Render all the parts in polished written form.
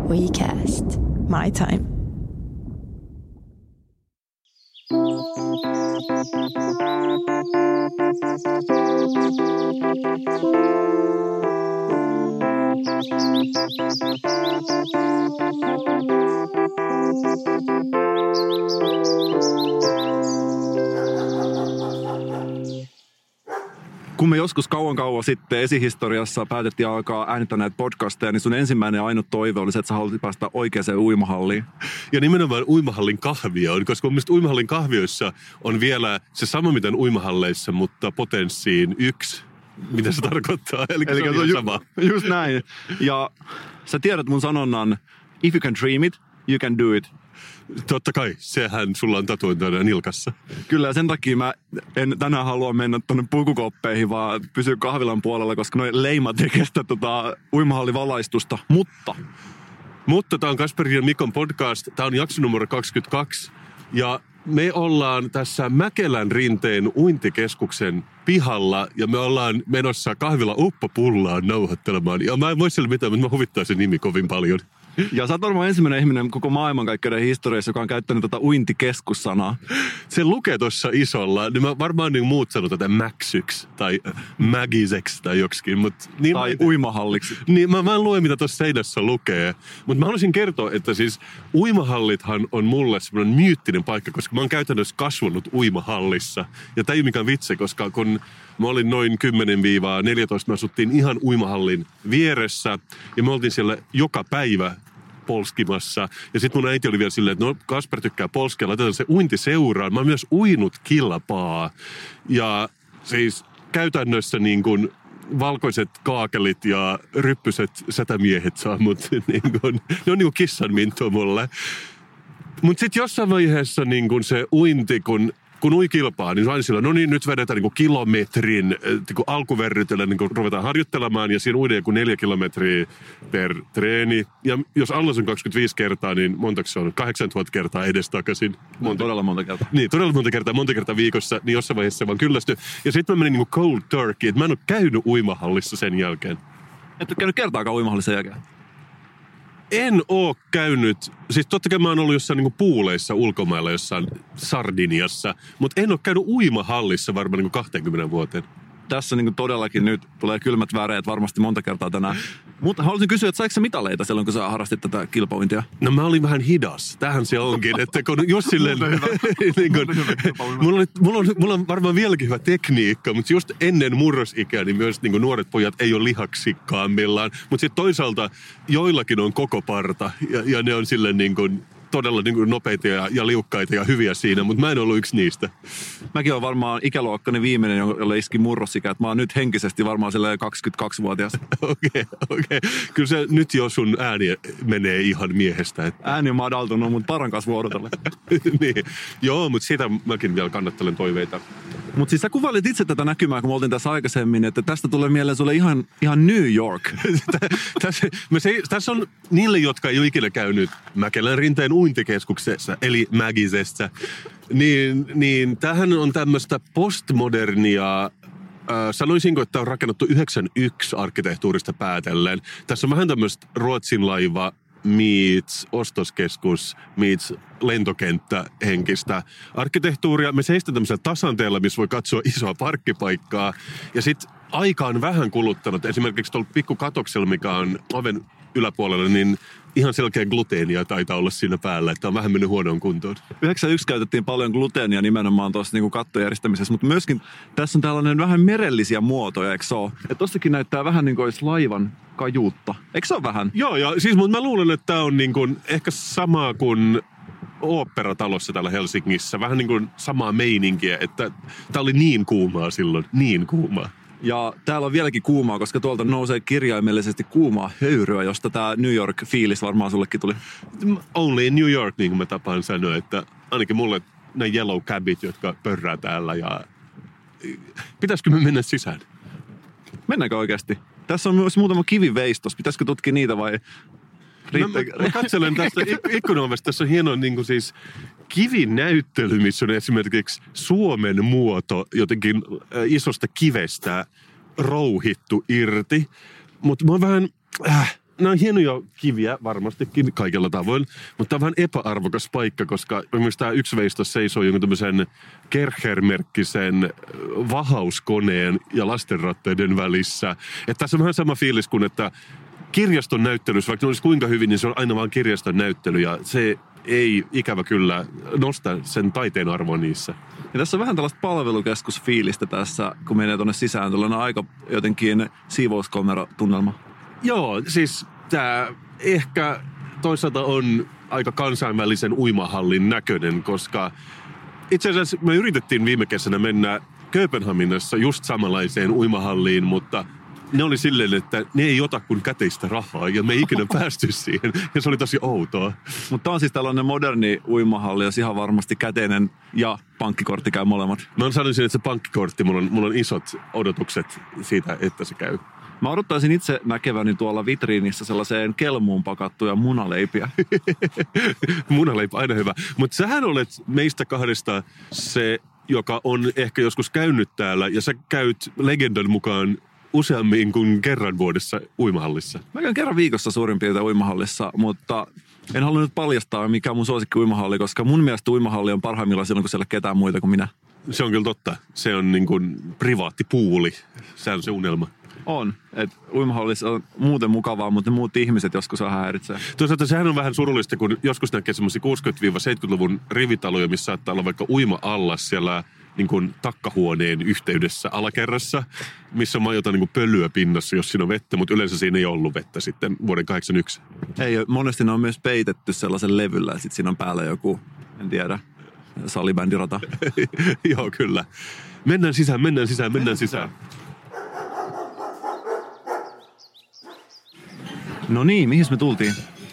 WeCast. My time. Kun me joskus kauan sitten esihistoriassa päätettiin alkaa äänittää näitä podcasteja, niin sun ensimmäinen ja ainut toive oli se, että sä haluat päästä oikeaan uimahalliin. Ja nimenomaan uimahallin kahvioon, koska mun mielestä uimahallin kahvioissa on vielä se sama, mitä uimahalleissa, mutta potenssiin 1. Mitä se tarkoittaa? Eli se on sama. Just näin. Ja sä tiedät mun sanonnan, if you can dream it, you can do it. Totta kai, sehän sulla on tatuointina nilkassa. Kyllä, ja sen takia mä en tänään halua mennä tonne pukukoppeihin, vaan pysyä kahvilan puolella, koska noi leimat ei kestä uimahallivalaistusta. Mutta tää on Kasperin ja Mikon podcast, tää on jakso numero 22, ja me ollaan tässä Mäkelän rinteen uintikeskuksen pihalla, ja me ollaan menossa kahvila Uppopullaan nauhoittelemaan. Ja mä en voi sille mitään, mutta mä huvittaa se nimi kovin paljon. Ja sä oot varmaan ensimmäinen ihminen koko maailmankaikkeuden historiassa, joka on käyttänyt uintikeskussanaa. Se lukee tuossa isolla, niin mä varmaan niin muut sanoo tätä mäksyksi tai mägiseksi tai joksikin. Niin tai uimahalliksi. Niin mä en lue, mitä tuossa seinässä lukee. Mutta mä haluaisin kertoa, että siis uimahallithan on mulle semmoinen myyttinen paikka, koska mä oon käytännössä kasvanut uimahallissa. Ja tää ei ole mikään vitsi, koska kun mä olin noin 10-14, me asuttiin ihan uimahallin vieressä ja me oltiin siellä joka päivä polskimassa. Ja sitten mun äiti oli vielä silleen, että no Kasper tykkää polskia, laitetaan se uinti seuraan. Mä oon myös uinut kilpaa. Ja siis käytännössä niin kuin valkoiset kaakelit ja ryppyset sätämiehet saa mut niin kuin, ne on niin kuin kissanminto mulle. Mut sitten jossain vaiheessa niin kuin se uinti, kun ui kilpaa, niin aina sillä, no niin, nyt vedetään niin kuin kilometrin niin alkuverrytellä, niin kuin ruvetaan harjoittelemaan, ja siinä uidaan joku 4 kilometriä per treeni. Ja jos allas on 25 kertaa, niin montako se on? 8000 kertaa edestakaisin. Todella monta kertaa. Niin, todella monta kertaa viikossa, niin jossain vaiheessa se vaan kyllästyi. Ja sitten mä menin niin kuin cold turkey, että mä en ole käynyt uimahallissa sen jälkeen. Et ole käynyt kertaakaan uimahallissa jälkeen? En oo käynyt, siis totta kai mä oon ollut jossain niinku puuleissa ulkomailla jossain Sardiniassa, mutta en oo käynyt uimahallissa varmaan niinku 20 vuoteen. Tässä niinku todellakin nyt tulee kylmät väreet varmasti monta kertaa tänään. Mutta haluaisin kysyä, että saiko sä mitaleita silloin, kun sä harrastit tätä kilpauintia? No mä olin vähän hidas. Tähän se onkin, että kun jos silleen... niin mulla on varmaan vieläkin hyvä tekniikka, mutta just ennen murrosikää, niin myös niin nuoret pojat ei ole lihaksikkaammillaan. Mutta sitten toisaalta joillakin on koko parta ja ne on silleen niin kuin... todella niin kuin nopeita ja liukkaita ja hyviä siinä, mutta mä en ollut yksi niistä. Mäkin olen varmaan ikäluokkani viimeinen, jolle iski murrosikä, että mä oon nyt henkisesti varmaan 22-vuotias. Okei. Kyllä se nyt jo sun ääni menee ihan miehestä. Että... Ääni on madaltunut, mutta paran kasvu odotella. Niin. Joo, mutta siitä mäkin vielä kannattelen toiveita. Mutta siis sä kuvailit itse tätä näkymää, kun me oltiin tässä aikaisemmin, että tästä tulee mieleen sulle ihan New York. Tässä on niille, jotka ei ole ikinä käynyt Mäkelän rinteen uintikeskuksessa, eli Mägisessä, niin tämähän on tämmöistä postmodernia, sanoisinko, että on rakennettu 91 arkkitehtuurista päätellen. Tässä on vähän tämmöistä Ruotsin laiva meets ostoskeskus, meets lentokenttä henkistä arkkitehtuuria. Me seistään tämmöisellä tasanteella, missä voi katsoa isoa parkkipaikkaa. Ja sitten aika on vähän kuluttanut. Esimerkiksi tuolla pikkukatoksella, mikä on oven yläpuolella, niin ihan selkeä gluteenia taitaa olla siinä päällä, että on vähän mennyt huonoon kuntoon. 91 käytettiin paljon gluteenia nimenomaan tuossa niinku kattojärjestämisessä, mutta myöskin tässä on tällainen vähän merellisiä muotoja, eikö se ole? Että tossakin näyttää vähän niin kuin olisi laivan kajuutta. Eikö se ole vähän? Joo, ja siis mutta mä luulen, että tämä on niin kuin ehkä sama kuin oopperatalossa täällä Helsingissä. Vähän niin kuin samaa meininkiä, että tämä oli niin kuumaa silloin, niin kuumaa. Ja täällä on vieläkin kuumaa, koska tuolta nousee kirjaimellisesti kuumaa höyryä, josta tämä New York-fiilis varmaan sullekin tuli. Only in New York, niin kuin mä tapaan sanoa, että ainakin mulle ne yellow cabit, jotka pörrää täällä ja... Pitäisikö me mennä sisään? Mennäänkö oikeasti? Tässä on myös muutama kiviveistos. Pitäisikö tutkia niitä vai... Mä katselen tästä ikkunaovesta. Tässä on hieno niin kuin siis kivinäyttely, missä on esimerkiksi Suomen muoto jotenkin isosta kivestä rouhittu irti. Mutta mä oon vähän... nämä on hienoja kiviä varmastikin kaikilla tavoin, mutta tämä on vähän epäarvokas paikka, koska esimerkiksi tämä yksi veistos seisoo jonkun tämmöisen Kercher-merkkisen vahauskoneen ja lastenratteiden välissä. Että tässä on vähän sama fiilis kuin, että kirjaston näyttelyssä, vaikka ne olisi kuinka hyvin, niin se on aina vaan kirjaston näyttely ja se ei ikävä kyllä nosta sen taiteen arvoa niissä. Ja tässä on vähän tällaista palvelukeskusfiilistä tässä, kun menee tuonne sisään. Tällainen aika jotenkin siivouskomero-tunnelma. Joo, siis tämä ehkä toisaalta on aika kansainvälisen uimahallin näköinen, koska itse asiassa me yritettiin viime kesänä mennä Kööpenhaminassa just samanlaiseen uimahalliin, mutta ne oli silleen, että ne ei ota kuin käteistä rahaa ja me ei ikinä päästy siihen. Ja se oli tosi outoa. Mutta tämä on siis tällainen moderni uimahalli, jos ihan varmasti käteinen ja pankkikortti käy molemmat. Mä sanoisin, että se pankkikortti, mulla on isot odotukset siitä, että se käy. Mä odottaisin itse näkeväni tuolla vitriinissä sellaiseen kelmuun pakattuja munaleipiä. Munaleipä, aina hyvä. Mutta sähän olet meistä kahdesta se, joka on ehkä joskus käynyt täällä ja sä käyt legendan mukaan useammin kuin kerran vuodessa uimahallissa. Mä käyn kerran viikossa suurin piirtein uimahallissa, mutta en halua nyt paljastaa, mikä on mun suosikki uimahalli, koska mun mielestä uimahalli on parhaimmillaan silloin, kun siellä on ketään muita kuin minä. Se on kyllä totta. Se on niin kuin privaatti puuli. Se on se unelma. On. Et uimahallissa on muuten mukavaa, mutta ne muut ihmiset joskus vähän häiritsee. Toisaalta sehän on vähän surullista, kun joskus näkee semmoisia 60-70-luvun rivitaloja, missä saattaa olla vaikka uima-allas siellä niin kuin takkahuoneen yhteydessä alakerrassa, missä on majoita niin kuin pölyä pinnassa, jos siinä on vettä, mutta yleensä siinä ei ollut vettä sitten vuoden 1981. Ei, monesti ne on myös peitetty sellaisen levyllä ja sitten siinä on päällä joku, en tiedä, salibändirata. Joo, kyllä. Mennään sisään. No niin, mihin me tultiin?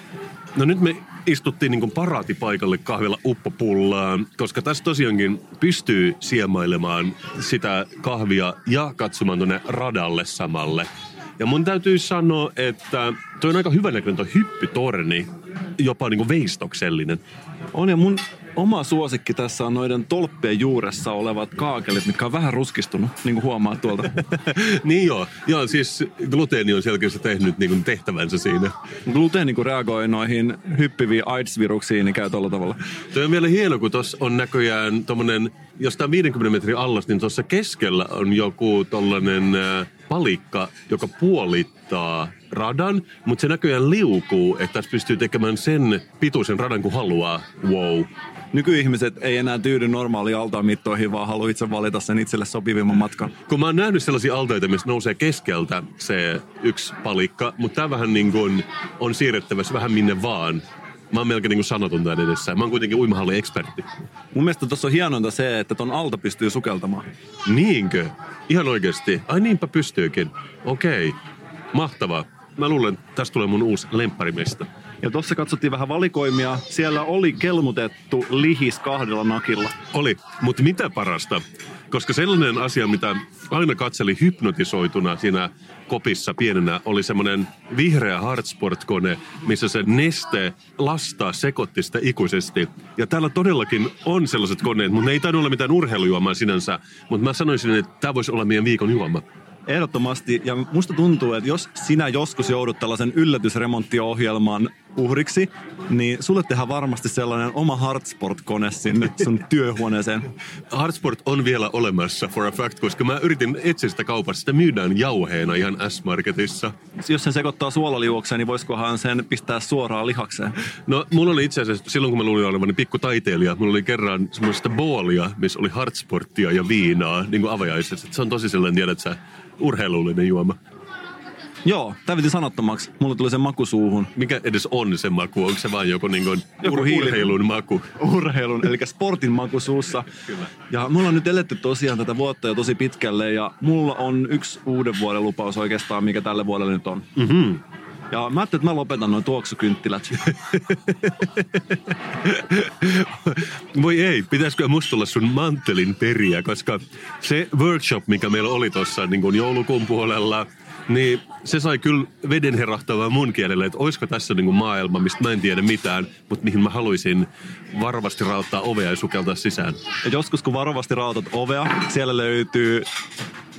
No nyt me istuttiin niin kuin paraatipaikalle kahvilla uppopullaan, koska tässä tosiaankin pystyy siemailemaan sitä kahvia ja katsomaan tuonne radalle samalle. Ja mun täytyy sanoa, että toi on aika hyvä näköinen toi hyppytorni, jopa niin kuin veistoksellinen. On, ja mun oma suosikki tässä on noiden tolppien juuressa olevat kaakelit, mitkä on vähän ruskistunut, niin kuin huomaat tuolta. Niin joo, siis gluteeni on selkeästi tehnyt niin kuin tehtävänsä siinä. Gluteeni kun reagoi noihin hyppiviin AIDS-viruksiin, niin käy tolla tavalla. Toi on vielä hieno, kun tuossa on näköjään tommonen, jostain 50 metrin allas, niin tuossa keskellä on joku tollanen palikka, joka puolittaa radan, mutta se näköjään liukuu, että tässä pystyy tekemään sen pituisen radan, kun haluaa. Wow. Nykyihmiset ei enää tyydy normaaliin altaan mittoihin, vaan haluaa itse valita sen itselle sopivimman matkan. Kun mä oon nähnyt sellaisia altaita, missä nousee keskeltä se yksi palikka, mutta tää vähän niin kuin on siirrettävässä vähän minne vaan. Mä oon melkein niin kuin sanoton tämän edessä. Mä oon kuitenkin uimahalliekspertti. Mun mielestä tuossa on hienointa se, että ton alta pystyy sukeltamaan. Niinkö? Ihan oikeesti? Ai niinpä pystyykin. Okei. Mahtavaa. Mä luulen, että tästä tulee mun uusi lempparimesta. Ja tuossa katsottiin vähän valikoimia. Siellä oli kelmutettu lihis 2 nakilla. Oli, mutta mitä parasta? Koska sellainen asia, mitä aina katseli hypnotisoituna siinä kopissa pienenä, oli semmoinen vihreä Hardsport-kone, missä se neste lastaa sekoitti sitä ikuisesti. Ja täällä todellakin on sellaiset koneet, mutta ne ei tainnut olla mitään urheilujuomaa sinänsä. Mutta mä sanoisin, että tämä voisi olla meidän viikon juoma. Ehdottomasti. Ja musta tuntuu, että jos sinä joskus joudut tällaisen yllätysremonttiohjelman uhriksi, niin sulle tehdään varmasti sellainen oma Hardsport-kone sinne sun työhuoneeseen. Hardsport on vielä olemassa for a fact, koska mä yritin etsiä sitä kaupassa. Sitä myydään jauheena ihan S-Marketissa. Jos sen sekoittaa suolaliuokseen, niin voisikohan sen pistää suoraan lihakseen? No, mulla oli itse asiassa, silloin kun mä luulin olevani pikkutaiteilija, mulla oli kerran semmoista boolia, missä oli Hardsporttia ja viinaa, niin kuin avajaisessa. Se on tosi sellainen, tiedät sä, urheilullinen juoma. Joo, tämä piti sanottomaksi. Mulla tuli se maku suuhun. Mikä edes on se maku? Onko se vaan joku hiili... urheilun maku? Urheilun, eli sportin maku suussa. Kyllä. Ja mulla on nyt eletty tosiaan tätä vuotta jo tosi pitkälle. Ja mulla on yksi uuden vuoden lupaus oikeastaan, mikä tälle vuodelle nyt on. Mm-hmm. Ja mä ajattelin, että mä lopetan noin tuoksukynttilät. Voi ei, pitäisikö musta tulla sun mantelin periä, koska se workshop, mikä meillä oli tuossa niin kuin joulukuun puolella, niin se sai kyllä veden herahtavaa mun kielelle, että olisiko tässä niin kuin maailma, mistä mä en tiedä mitään, mutta mihin mä haluaisin varovasti raottaa ovea ja sukeltaa sisään. Ja joskus kun varovasti raotat ovea, siellä löytyy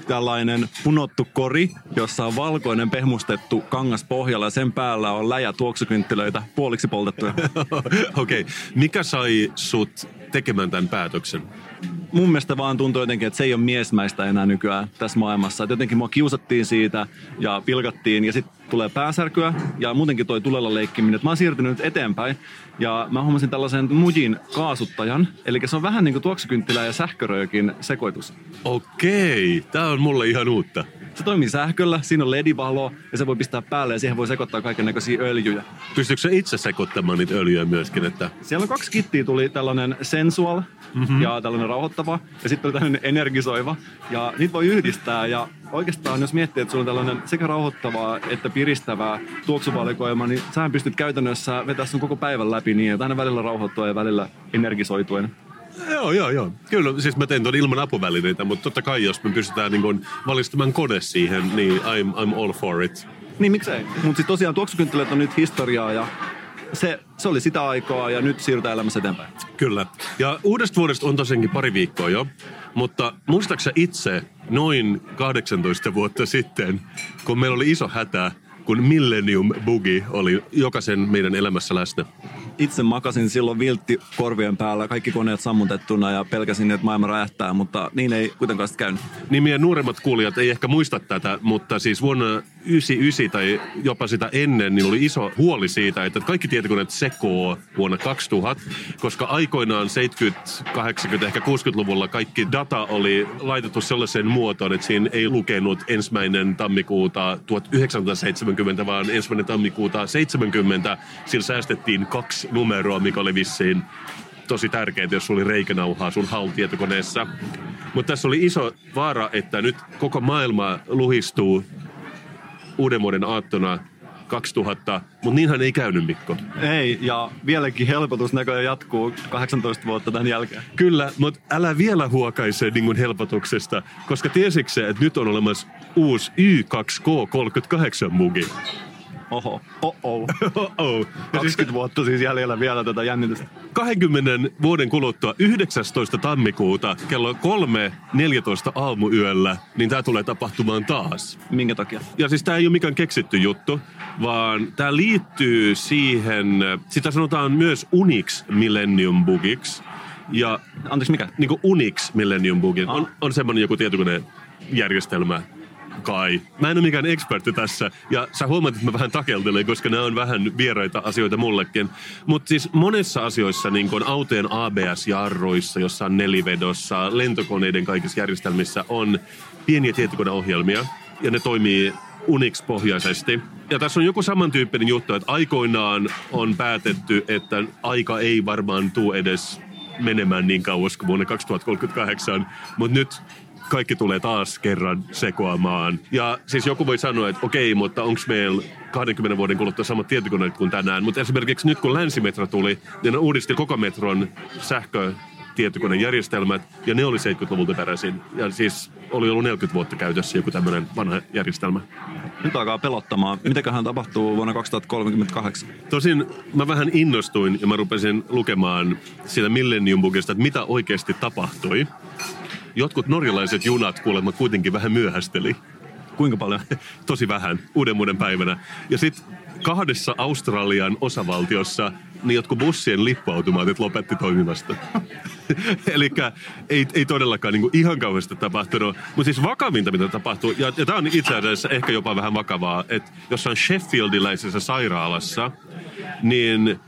tällainen punottu kori, jossa on valkoinen pehmustettu kangas pohjalla ja sen päällä on läjä tuoksukynttilöitä puoliksi poltettuja. Okei. Mikä sai sut tekemään tämän päätöksen? Mun mielestä vaan tuntuu jotenkin, että se ei ole miesmäistä enää nykyään tässä maailmassa. Et jotenkin mua kiusattiin siitä ja pilkattiin ja sitten tulee pääsärkyä ja muutenkin toi tulella leikkiminen. Et mä oon siirtynyt nyt eteenpäin ja mä hommasin tällaisen Mujin kaasuttajan. Eli se on vähän niin kuin tuoksukynttilä ja sähköröökin sekoitus. Okei, tää on mulle ihan uutta. Se toimii sähköllä, siinä on LED-valo ja se voi pistää päälle ja siihen voi sekoittaa kaikennäköisiä öljyjä. Pystyykö sä itse sekoittamaan niitä öljyjä myöskin? Että... Siellä on 2 kittiä, tuli tällainen sensual ja tällainen rauhoittava ja sitten oli tällainen energisoiva ja niitä voi yhdistää ja oikeastaan jos miettii, että sulla on tällainen sekä rauhoittavaa että piristävää tuoksuvalikoima, niin sähän pystyt käytännössä vetämään sun koko päivän läpi niin, että aina välillä rauhoittua ja välillä energisoituen. Joo. Kyllä, siis mä teen ton ilman apuvälineitä, mutta totta kai jos me pystytään niin kun valistamaan kone siihen, niin I'm all for it. Niin miksei? Mutta siis tosiaan tuoksukynttilät on nyt historiaa ja se oli sitä aikaa ja nyt siirrytään elämässä eteenpäin. Kyllä. Ja uudesta vuodesta on tosiaankin pari viikkoa jo, mutta muistaaksä itse noin 18 vuotta sitten, kun meillä oli iso hätä, kun Millennium Boogie oli jokaisen meidän elämässä läsnä? Itse makasin silloin viltti korvien päällä, kaikki koneet sammutettuna ja pelkäsin, että maailma räjähtää, mutta niin ei kuitenkaan sitten käynyt. Niin meidän nuoremmat kuulijat ei ehkä muista tätä, mutta siis vuonna 1999 tai jopa sitä ennen, niin oli iso huoli siitä, että kaikki tietokoneet sekoo vuonna 2000, koska aikoinaan 70-, 80-, ehkä 60-luvulla kaikki data oli laitettu sellaiseen muotoon, että siinä ei lukenut 1. tammikuuta 1970, vaan 1. tammikuuta 70. Sillä säästettiin 2 numeroa, mikä oli vissiin tosi tärkeää, jos sulla oli reikä-nauhaa sun HAL-tietokoneessa. Mutta tässä oli iso vaara, että nyt koko maailma luhistuu uuden vuoden aattona 2000, mutta niinhän ei käynyt, Mikko. Ei, ja vieläkin helpotus näköjään jatkuu 18 vuotta tämän jälkeen. Kyllä, mutta älä vielä huokaise niin kuin helpotuksesta, koska tiesitkö se, että nyt on olemassa uusi Y2K38 bugi? Oho. 20 vuotta siis jäljellä vielä tätä jännitystä. 20 vuoden kuluttua 19. tammikuuta kello 3.14 aamuyöllä, niin tää tulee tapahtumaan taas. Minkä takia? Ja siis tää ei ole mikään keksitty juttu, vaan tää liittyy siihen, sitä sanotaan myös Unix Millennium Bugiksi. Ja anteeksi, mikä? Niinku Unix Millennium Bugi. On semmonen joku tietokonejärjestelmä. Kai. Mä en ole mikään ekspertti tässä, ja sä huomaat, että mä vähän takeltelen, koska nämä on vähän vieraita asioita mullekin. Mutta siis monessa asioissa, niin kuin autojen ABS-jarruissa, jossain nelivedossa, lentokoneiden kaikissa järjestelmissä on pieniä tietokoneohjelmia, ja ne toimii Unix-pohjaisesti. Ja tässä on joku samantyyppinen juttu, että aikoinaan on päätetty, että aika ei varmaan tule edes menemään niin kauas kuin vuonna 2038, mutta nyt kaikki tulee taas kerran sekoamaan. Ja siis joku voi sanoa, että okei, mutta onko meillä 20 vuoden kuluttua samat tietokoneet kuin tänään? Mutta esimerkiksi nyt kun Länsimetro tuli, niin ne uudisti koko metron sähkötietokonejärjestelmät, ja ne oli 70-luvulta peräisin. Ja siis oli ollut 40 vuotta käytössä joku tämmöinen vanha järjestelmä. Nyt alkaa pelottamaan. Mitäköhän tapahtuu vuonna 2038? Tosin mä vähän innostuin ja mä rupesin lukemaan siitä Millennium Bugista, että mitä oikeasti tapahtui. Jotkut norjalaiset junat kuulemma kuitenkin vähän myöhästeli. Kuinka paljon? Tosi vähän, uuden vuoden päivänä. Ja sitten 2 Australian osavaltiossa niin jotkut bussien lippuautomaatit lopetti toimimasta. Elikkä ei todellakaan niinku ihan kauheasti tapahtunut. Mutta siis vakavinta, mitä tapahtuu, ja tämä on itse asiassa ehkä jopa vähän vakavaa, että jossain Sheffieldiläisessä sairaalassa, niin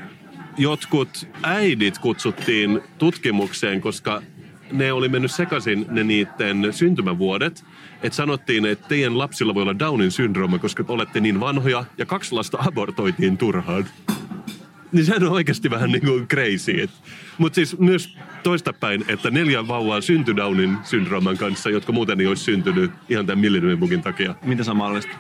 jotkut äidit kutsuttiin tutkimukseen, koska ne oli mennyt sekaisin ne niiden syntymävuodet, että sanottiin, että teidän lapsilla voi olla Downin syndrooma, koska olette niin vanhoja, ja 2 lasta abortoitiin turhaan. Niin sehän on oikeasti vähän niin kuin crazy. Mutta siis myös toistapäin, että 4 vauvaa syntyi Downin syndrooman kanssa, jotka muuten ei olisi syntynyt ihan tämän Millennium Bugin takia. Miten sä mahdollista?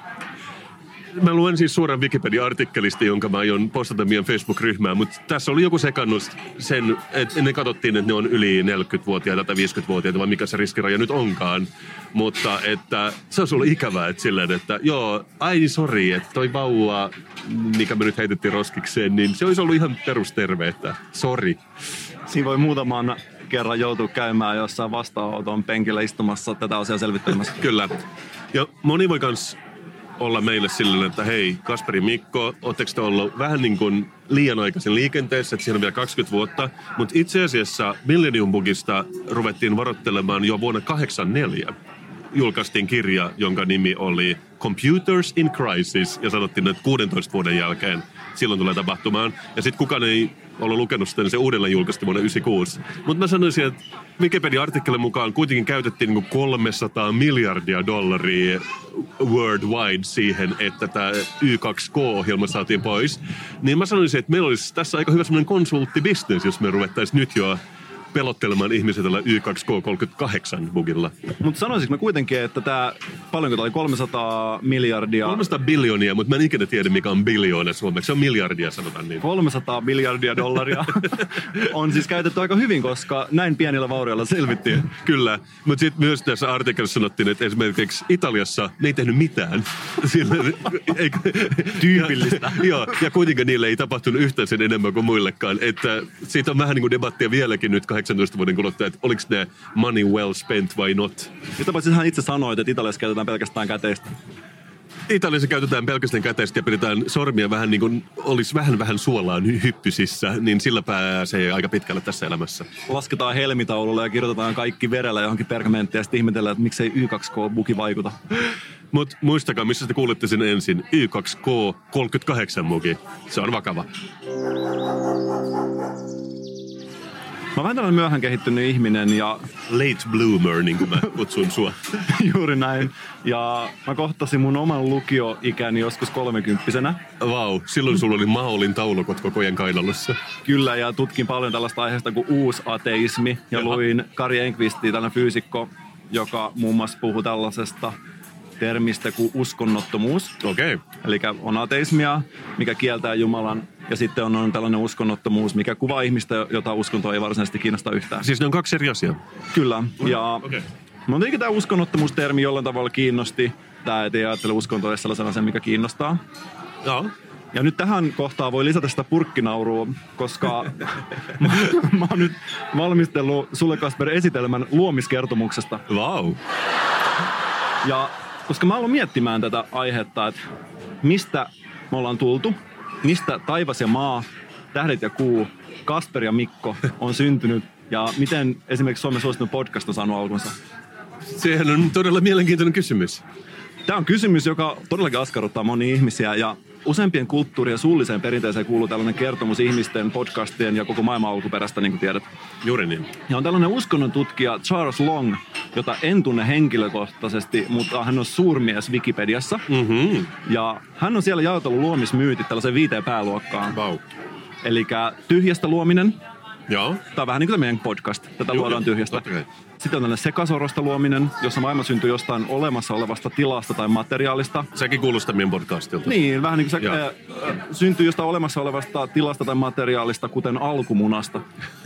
Mä luen siis suoraan Wikipedia-artikkelista, jonka mä aion postata meidän Facebook-ryhmään, mutta tässä oli joku sekannus sen, että ne katsottiin, että ne on yli 40-vuotiaita tai 50-vuotiaita, vai mikä se riskiraja nyt onkaan. Mutta että se olisi ollut ikävää, että silleen, että joo, ai sori, että toi vauva, mikä me nyt heitettiin roskikseen, niin se olisi ollut ihan perusterve, että sori. Siinä voi muutaman kerran joutuu käymään jossain vastaanoton penkillä istumassa tätä asiaa selvittelemässä. Kyllä. Ja moni voi kans olla meille silleen, että hei, Kasperi Mikko, ootteko te ollut vähän niin kuin liian aikaisin liikenteessä, että siinä on vielä 20 vuotta, mutta itse asiassa Millennium Bookista ruvettiin varoittelemaan jo vuonna 1984. Julkaistiin kirja, jonka nimi oli Computers in Crisis, ja sanottiin, että 16 vuoden jälkeen silloin tulee tapahtumaan. Ja sitten kukaan ei ollut lukenut sitä, niin se uudelleen julkaistiin vuonna 1996. Mutta mä sanoisin, että Wikipedia-artikkelin mukaan kuitenkin käytettiin niin $300 miljardia worldwide siihen, että tämä Y2K-ohjelma saatiin pois. Niin mä sanoisin, että meillä olisi tässä aika hyvä semmoinen konsulttibisnes, jos me ruvettaisiin nyt jo pelottelemaan ihmisiä tällä Y2K38-bugilla. Mutta sanoisinko mä kuitenkin, että tämä, paljonko tämä oli 300 miljardia? 300 biljoonia, mutta mä en ikinä tiedä, mikä on biljoona suomeksi. Se on miljardia, sanotaan niin. 300 miljardia dollaria on siis käytetty aika hyvin, koska näin pienillä vaurioilla selvittiin. Kyllä, mutta sitten myös tässä artikkelissa sanottiin, että esimerkiksi Italiassa ne ei tehnyt mitään. Tyypillistä. Joo, ja kuitenkin niille ei tapahtunut yhtään sen enemmän kuin muillekaan. Että siitä on vähän niin kuin debattia vieläkin nyt 18 vuoden kuluttua, että oliko ne money well spent vai not. Mitä paitsi hän itse sanoit, että Italiassa käytetään pelkästään käteistä. Italiassa käytetään pelkästään käteistä ja pidetään sormia vähän niin kuin olisi vähän suolaan hyppysissä, niin sillä pääsee aika pitkälle tässä elämässä. Lasketaan helmitaululle ja kirjoitetaan kaikki verellä johonkin pergamenttiin ja sitten ihmetellään, että miksei Y2K-bugi vaikuta. Mutta muistakaa, missä te kuulitte sen ensin. Y2K38-bugi. Se on vakava. Mä olen tällainen myöhään kehittynyt ihminen ja... Late bloomer, niin kuin mä kutsun sua. Juuri näin. Ja mä kohtasin mun oman lukioikäni joskus 30-vuotiaana. Vau, silloin sulla oli Maolin taulukot koko ajan kainalossa. Kyllä, ja tutkin paljon tällaista aiheesta kuin uusateismi. Ja luin Kari Enqvistia, tällainen fyysikko, joka muun muassa puhui tällaisesta termistä kuin uskonnottomuus. Okei. Eli on ateismia, mikä kieltää Jumalan, ja sitten on tällainen uskonnottomuus, mikä kuvaa ihmistä, jota uskonto ei varsinaisesti kiinnosta yhtään. Siis ne on kaksi eri asiaa? Kyllä, ja mutta tämä uskonnottomuustermi jollain tavalla kiinnosti. Tämä ei ajattele uskontoa sellaisena sen, mikä kiinnostaa. Joo. Ja nyt tähän kohtaan voi lisätä sitä purkkinaurua, koska mä oon nyt valmistellut sulle, Kasper, esitelmän luomiskertomuksesta. Vau. Ja koska mä aloin miettimään tätä aihetta, että mistä me ollaan tultu, mistä taivas ja maa, tähdet ja kuu, Kasper ja Mikko on syntynyt ja miten esimerkiksi Suomen suosittu podcast on saanut alkunsa. Sehän on todella mielenkiintoinen kysymys. Tämä on kysymys, joka todellakin askarruttaa monia ihmisiä ja useimpien kulttuurien suulliseen perinteeseen kuuluu tällainen kertomus ihmisten, podcastien ja koko maailman alkuperästä, niin kuin tiedät. Juuri niin. Ja on tällainen uskonnon tutkija Charles Long, jota en tunne henkilökohtaisesti, mutta hän on suurmies Wikipediassa. Mm-hmm. Ja hän on siellä jaotellut luomismyytit tällaiseen 5 pääluokkaan. Vau. Elikkä tyhjästä luominen. Joo. Tämä on vähän niin kuin meidän podcast. Tätä luodaan tyhjästä. Okay. Sitten on tällainen sekasorosta luominen, jossa maailma syntyy jostain olemassa olevasta tilasta tai materiaalista. Sekin kuulostaa meidän podcastilta. Niin, vähän niin kuin se syntyy jostain olemassa olevasta tilasta tai materiaalista, kuten alkumunasta.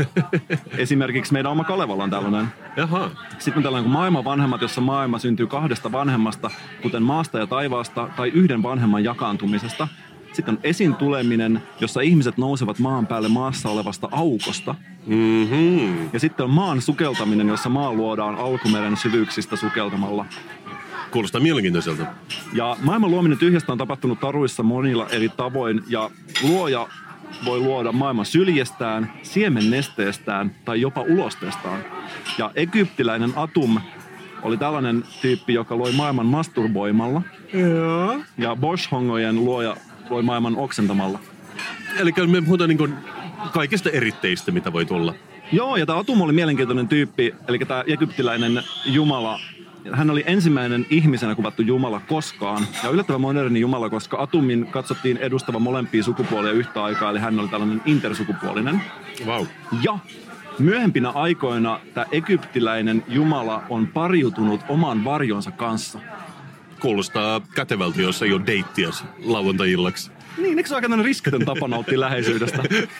Esimerkiksi meidän oma Kalevala on tällainen. Jaha. Sitten on tällainen kuin maailman vanhemmat, jossa maailma syntyy 2 vanhemmasta, kuten maasta ja taivaasta, tai 1 vanhemman jakaantumisesta. Sitten on esiin tuleminen, jossa ihmiset nousevat maan päälle maassa olevasta aukosta. Mm-hmm. Ja sitten on maan sukeltaminen, jossa maa luodaan alkumeren syvyyksistä sukeltamalla. Kuulostaa mielenkiintoiselta. Ja maailman luominen tyhjästä on tapahtunut taruissa monilla eri tavoin. Ja luoja voi luoda maailman syljestään, siemennesteestään tai jopa ulosteestaan. Ja egyptiläinen Atum oli tällainen tyyppi, joka loi maailman masturboimalla. Joo. Ja Bosch-hongojen luoja loi maailman oksentamalla. Eli me puhutaan niin kuin kaikista eritteistä, mitä voi tulla. Joo, ja tämä Atum oli mielenkiintoinen tyyppi, eli tämä egyptiläinen jumala. Hän oli ensimmäinen ihmisenä kuvattu jumala koskaan. Ja yllättävän moderni jumala, koska Atumin katsottiin edustavan molempia sukupuolia yhtä aikaa, eli hän oli tällainen intersukupuolinen. Vau. Ja myöhempinä aikoina tämä egyptiläinen jumala on pariutunut oman varjonsa kanssa. Kuulostaa kätevältä, jos ei ole deittiä lauantai-illaksi. Niin, eikö se ole aika riskitön tapa nauttia läheisyydestä?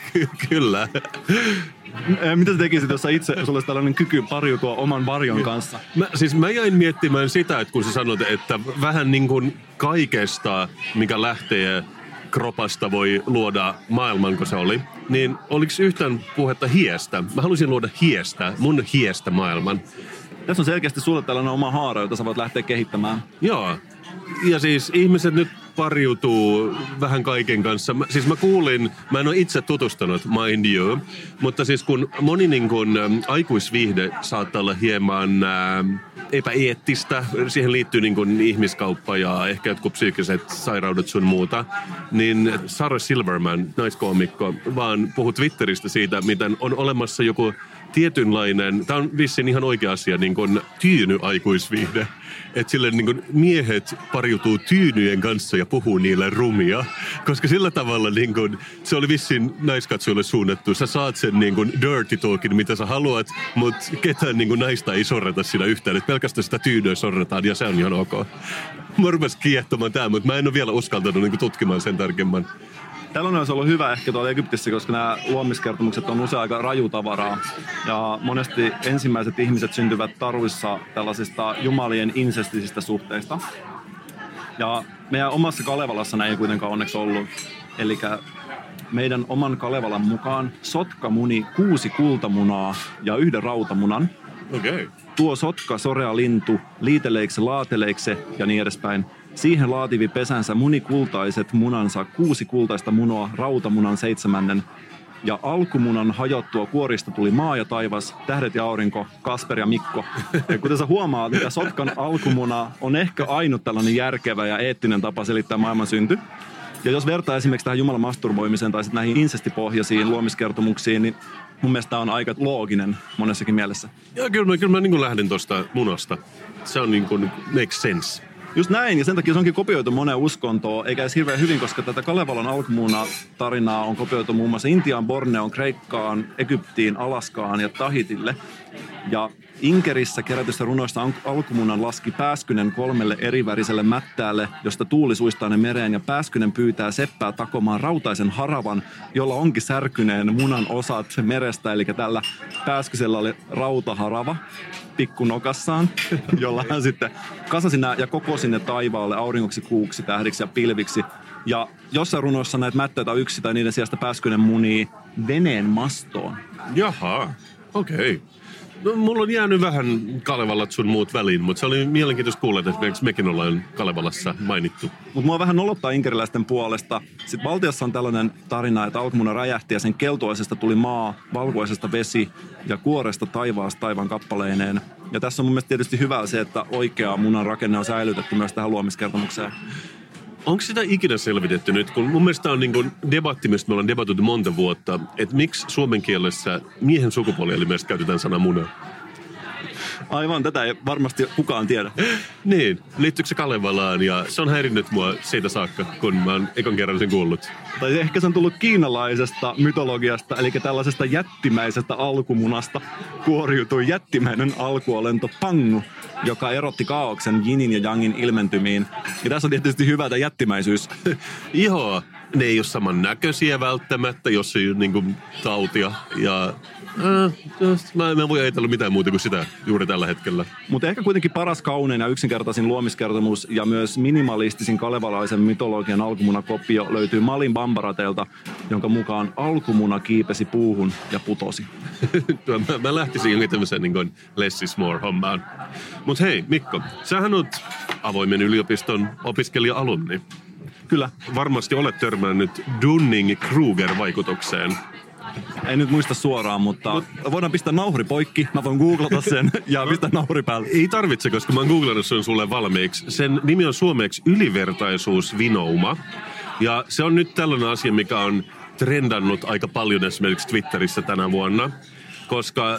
Kyllä. Mitä sä tekisit, jos itse sulla olisi tällainen kyky pariutua oman varjon kanssa? Mä jäin miettimään sitä, että kun sä sanot, että vähän niin kuin kaikesta, mikä lähtee kropasta voi luoda maailman, kun se oli, niin oliko yhtään puhetta hiestä? Mä halusin luoda mun hiestä maailman. Tässä on selkeästi sulle tällainen oma haara, jota sä voit lähteä kehittämään. Joo. Ja siis ihmiset nyt pariutuu vähän kaiken kanssa. Mä kuulin, mä en ole itse tutustunut, mind you, mutta siis kun moni niin kun, aikuisviihde saattaa olla hieman epäeettistä, siihen liittyy niin kun ihmiskauppa ja ehkä jotkut psyykkiset sairaudet sun muuta, niin Sarah Silverman, naiskoomikko, vaan puhui Twitteristä siitä, miten on olemassa joku tietynlainen, tämä on vissiin ihan oikea asia, niin kuin tyyny-aikuisviihde. Että sille niin kuin miehet pariutuu tyynyjen kanssa ja puhuu niille rumia. Koska sillä tavalla niin kuin, se oli vissiin naiskatsoille suunnattu. Sä saat sen niin kuin dirty talkin, mitä sä haluat, mutta ketään niin kuin naista ei sorreta siinä yhtään. Et pelkästään sitä tyynyä sorretaan ja se on ihan ok. Mä rupesin kiehtomaan tämä, mutta mä en ole vielä uskaltanut niin kuin tutkimaan sen tarkemmin. Tällainen olisi ollut hyvä ehkä tuolla Egyptissä, koska nämä luomiskertomukset on usein aika rajutavaraa. Ja monesti ensimmäiset ihmiset syntyvät taruissa tällaisista jumalien insestisistä suhteista. Ja meidän omassa Kalevalassa näin ei kuitenkaan onneksi ollut. Eli meidän oman Kalevalan mukaan sotka muni 6 kultamunaa ja 1 rautamunan. Okay. Tuo sotka, sorea lintu, liiteleikse, laateleikse ja niin edespäin. Siihen laativi pesänsä munikultaiset munansa, 6 kultaista munoa, rautamunan 7. Ja alkumunan hajottua kuorista tuli maa ja taivas, tähdet ja aurinko, Kasper ja Mikko. Ja kuten sä huomaat, että sotkan alkumuna on ehkä ainut tällainen järkevä ja eettinen tapa selittää maailman synty. Ja jos vertaa esimerkiksi tähän Jumalan masturboimiseen tai sitten näihin insestipohjaisiin luomiskertomuksiin, niin mun mielestä tämä on aika looginen monessakin mielessä. Joo, kyllä mä niin kuin lähdin tuosta munasta. Se on niin kuin, makes sense. Just näin, ja sen takia se onkin kopioitu moneen uskontoon, eikä edes hirveän hyvin, koska tätä Kalevalan alkumuna-tarinaa on kopioitu muun muassa Intiaan, Borneoon, Kreikkaan, Egyptiin, Alaskaan ja Tahitille. Ja Inkerissä kerätystä runoista alkumunan laski Pääskynen 3 eriväriselle mättäälle, josta tuuli suistaa ne mereen, ja Pääskynen pyytää seppää takomaan rautaisen haravan, jolla onkin särkyneen munan osat merestä, eli tällä Pääskysellä oli rautaharava pikkunokassaan, jolla hän sitten kasasi nämä ja kokosi ne taivaalle auringoksi, kuuksi, tähdiksi ja pilviksi. Ja jossain runoissa näitä mättöitä yksi tai niiden sijasta Pääskynen munii veneen mastoon. Jaha, okei. No, mulla on jäänyt vähän Kalevalat sun muut väliin, mutta se oli mielenkiintoista kuulla, että mekin ollaan Kalevalassa mainittu. Mutta mua vähän nolottaa inkeriläisten puolesta. Sitten valtiossa on tällainen tarina, että alkumuna räjähti ja sen keltuaisesta tuli maa, valkoisesta vesi ja kuoresta taivaasta taivaan kappaleineen. Ja tässä on mun mielestä tietysti hyvä se, että oikea munan rakenne on säilytetty myös tähän luomiskertomukseen. Onko sitä ikinä selvitetty nyt, kun mun mielestä on niin kuin debatti, mistä me ollaan debatoitu monta vuotta, että miksi suomen kielessä miehen sukupuolielimestä käytetään sana muna? Aivan, tätä ei varmasti kukaan tiedä. Niin, liittyykö se Kalevalaan ja se on häirinnyt mua siitä saakka, kun mä oon ekan kerran sen kuullut. Tai ehkä se on tullut kiinalaisesta mytologiasta, eli tällaisesta jättimäisestä alkumunasta kuoriutui jättimäinen alkuolento Pangu, joka erotti kaaoksen Jinin ja Jangin ilmentymiin. Ja tässä on tietysti hyvä tämä jättimäisyys. Joo, ne ei ole samannäköisiä välttämättä, jos ei ole niin kuin tautia. Ja mä en voi ajatella mitään muuta kuin sitä juuri tällä hetkellä. Mutta ehkä kuitenkin paras, kaunein ja yksinkertaisin luomiskertomus ja myös minimalistisin kalevalaisen mytologian alkumunakopio löytyy Malin Bambarateelta, jonka mukaan alkumuna kiipesi puuhun ja putosi. Mä lähtisin jonkin tämmöiseen niin kuin less is more -hommaan. Mutta hei Mikko, sähän oot avoimen yliopiston opiskelija-alumni. Kyllä. Varmasti olet törmännyt Dunning-Kruger-vaikutukseen. En nyt muista suoraan, mutta voidaan pistää nauhuri poikki. Mä voin googlata sen ja pistää nauhuri päälle. Ei tarvitse, koska mä oon googlannut sen sulle valmiiksi. Sen nimi on suomeksi ylivertaisuusvinouma. Ja se on nyt tällainen asia, mikä on trendannut aika paljon esimerkiksi Twitterissä tänä vuonna. Koska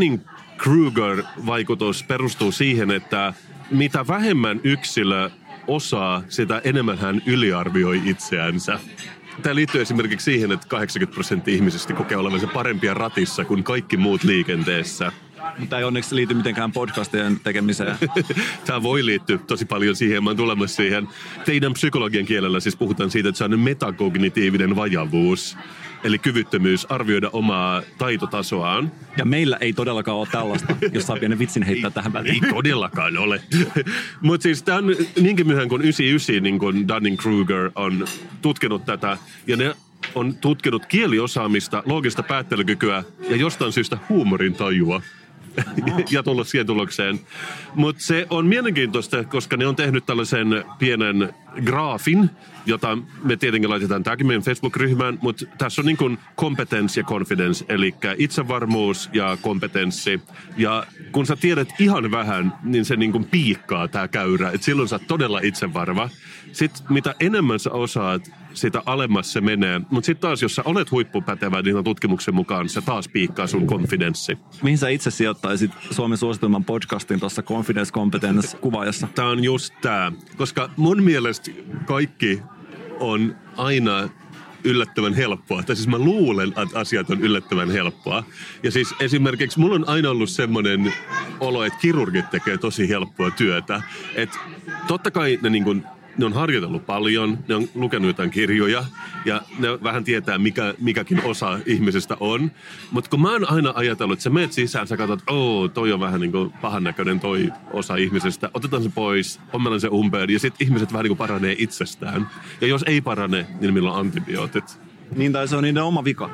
Dunning-Kruger-vaikutus perustuu siihen, että mitä vähemmän yksilö osaa, sitä enemmän hän yliarvioi itseänsä. Tämä liittyy esimerkiksi siihen, että 80% ihmisistä kokee olevansa parempia ratissa kuin kaikki muut liikenteessä. Mutta ei onneksi liity mitenkään podcastien tekemiseen. Tämä voi liittyä tosi paljon siihen, mä oon tulemassa siihen. Teidän psykologian kielellä siis puhutaan siitä, että se on metakognitiivinen vajavuus. Eli kyvyttömyys arvioida omaa taitotasoaan. Ja meillä ei todellakaan ole tällaista, jos saa pienen vitsin heittää tähän väliin. Ei todellakaan ole. Mutta siis tämä on niinkin myöhään kuin 99, niin kuin Dunning-Kruger on tutkinut tätä. Ja ne on tutkinut kieliosaamista, loogista päättelykykyä ja jostain syystä huumorin tajua. Ja tullut siihen tulokseen. Mutta se on mielenkiintoista, koska ne on tehnyt tällaisen pienen graafin, jota me tietenkin laitetaan tämäkin meidän Facebook-ryhmään, mutta tässä on niin kuin competence ja confidence, eli itsevarmuus ja kompetenssi. Ja kun sä tiedät ihan vähän, niin se niin kuin piikkaa tämä käyrä, että silloin sä oot todella itsevarma. Sitten mitä enemmän sä osaat, sitä alemmas se menee. Mutta sitten taas, jos sä olet huippupätevä, niin tutkimuksen mukaan se taas piikkaa sun konfidenssi. Mihin sä itse sijoittaisit Suomen suosituimman podcastin tuossa Confidence Competence-kuvaajassa? Tämä on just tämä, koska mun mielestä kaikki on aina yllättävän helppoa. Tai siis mä luulen, että asiat on yllättävän helppoa. Ja siis esimerkiksi mulla on aina ollut semmoinen olo, että kirurgit tekee tosi helppoa työtä. Että totta kai ne on harjoitellut paljon, ne on lukenut jotain kirjoja ja ne vähän tietää, mikäkin osa ihmisestä on. Mutta kun mä oon aina ajatellut, että sä menet sisään, sä katsot, että toi on vähän niin kuin pahan näköinen toi osa ihmisestä. Otetaan se pois, ommellaan se umpeen ja sitten ihmiset vähän niin kuin paranee itsestään. Ja jos ei parane, niin milloin antibiootit? Niin, tai se on niiden oma vika.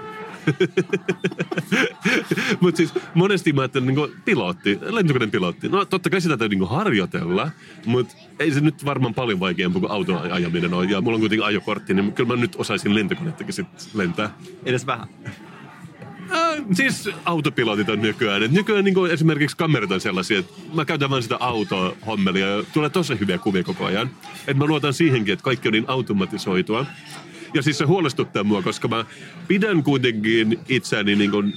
Mutta siis monesti mä ajattelen lentokoneen pilotti. No totta kai sitä täytyy harjoitella, mutta ei se nyt varmaan paljon vaikeampaa kuin auton ajaminen on. Ja mulla on kuitenkin ajokortti, niin kyllä mä nyt osaisin lentokonettakin sitten lentää. Edes vähän. Siis autopilotit on nykyään. Et nykyään niin esimerkiksi kamerat on sellaisia, että mä käytän vaan sitä autohommelia ja tulee tosi hyviä kuvia koko ajan. Että mä luotan siihenkin, että kaikki on niin automatisoitua. Ja siis se huolestuttaa mua, koska mä pidän kuitenkin itseäni niin kuin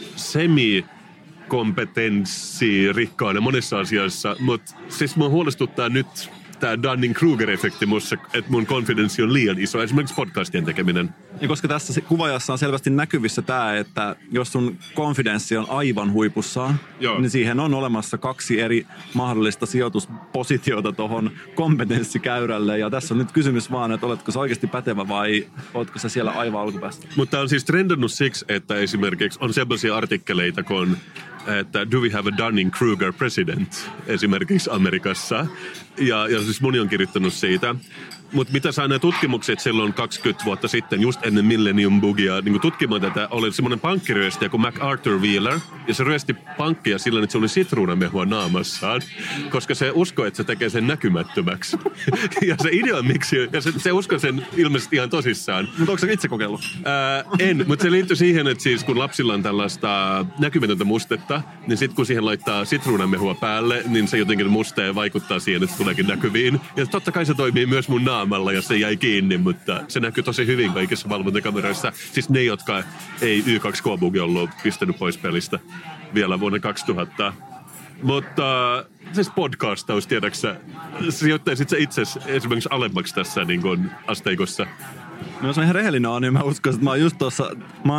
semi-kompetenssirikkaana monissa asioissa, mutta siis mua huolestuttaa nyt tämä Dunning-Kruger-efekti mussa, että mun konfidenssi on liian iso, esimerkiksi podcastien tekeminen. Ja koska tässä kuvaajassa on selvästi näkyvissä tämä, että jos sun konfidenssi on aivan huipussaan, niin siihen on olemassa 2 eri mahdollista sijoituspositiota tuohon kompetenssikäyrälle. Ja tässä on nyt kysymys vaan, että oletko sä oikeasti pätevä vai oletko sä siellä aivan alkupäästä. Mutta on siis trendannut siksi, että esimerkiksi on sellaisia artikkeleita kuin että do we have a Dunning-Kruger president esimerkiksi Amerikassa. Ja siis moni on kirjoittanut siitä. Mutta mitä saa nämä tutkimukset silloin 20 vuotta sitten, just ennen Millennium Bugia, niin tutkimaan tätä, oli semmoinen pankkiryöstäjä kuin MacArthur Wheeler, ja se ryösti pankkia sillä, että se oli sitruunamehua naamassaan, koska se uskoi, että se tekee sen näkymättömäksi. Ja se idea miksi, ja se uskoi sen ilmeisesti ihan tosissaan. Mutta onko se itse kokeillut? En, mutta se liittyy siihen, että siis kun lapsilla on tällaista näkymätöntä mustetta, niin sitten kun siihen laittaa sitruunamehua päälle, niin se jotenkin muste vaikuttaa siihen, että se tuleekin näkyviin. Ja totta kai se toimii myös mun naamalla, ja se jäi kiinni, mutta se näkyy tosi hyvin kaikissa valvontakameroissa. Siis ne, jotka ei Y2K-bugi ollut pistänyt pois pelistä vielä vuonna 2000. Mutta siis podcastaus, tiedäksä, sijoittaisit sä itse esimerkiksi alemmaksi tässä niin kuin asteikossa? No jos on ihan rehellinen on, niin mä uskon, että mä oon just tuossa,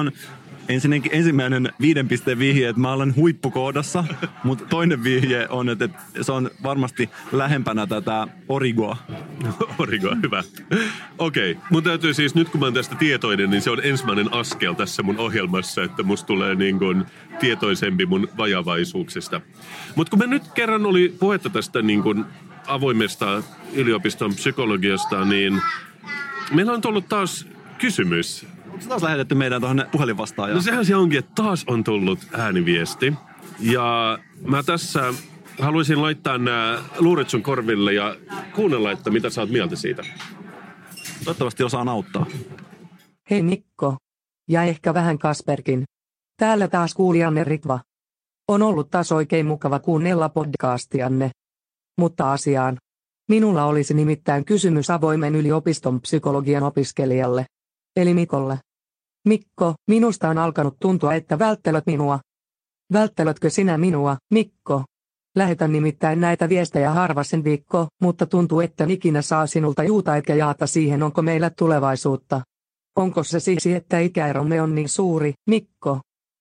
ensimmäinen 5 pisteen vihje, että mä olen huippukoodassa, mutta toinen vihje on, että se on varmasti lähempänä tätä Origoa. Origoa, hyvä. Okei, mun täytyy siis, nyt kun mä oon tästä tietoinen, niin se on ensimmäinen askel tässä mun ohjelmassa, että musta tulee niin kuin tietoisempi mun vajavaisuuksista. Mutta kun me nyt kerran oli puhetta tästä niin kuin avoimesta yliopiston psykologiasta, niin meillä on tullut taas kysymys. Onko taas lähetetty meidän tuohon puhelinvastaajaan? No sehän se onkin, että taas on tullut ääniviesti. Ja mä tässä haluaisin laittaa nämä luuret sun korville ja kuunnella, että mitä sä oot mieltä siitä. Toivottavasti osaan auttaa. Hei Mikko. Ja ehkä vähän Kasperkin. Täällä taas kuulijanne Ritva. On ollut taas oikein mukava kuunnella podcastianne. Mutta asiaan. Minulla olisi nimittäin kysymys avoimen yliopiston psykologian opiskelijalle. Eli Mikolle. Mikko, minusta on alkanut tuntua, että välttelöt minua. Välttelötkö sinä minua, Mikko? Lähetän nimittäin näitä viestejä harvasen viikko, mutta tuntuu, että ikinä saa sinulta juuta etkä jaata siihen, onko meillä tulevaisuutta. Onko se siksi, että ikäeromme on niin suuri, Mikko?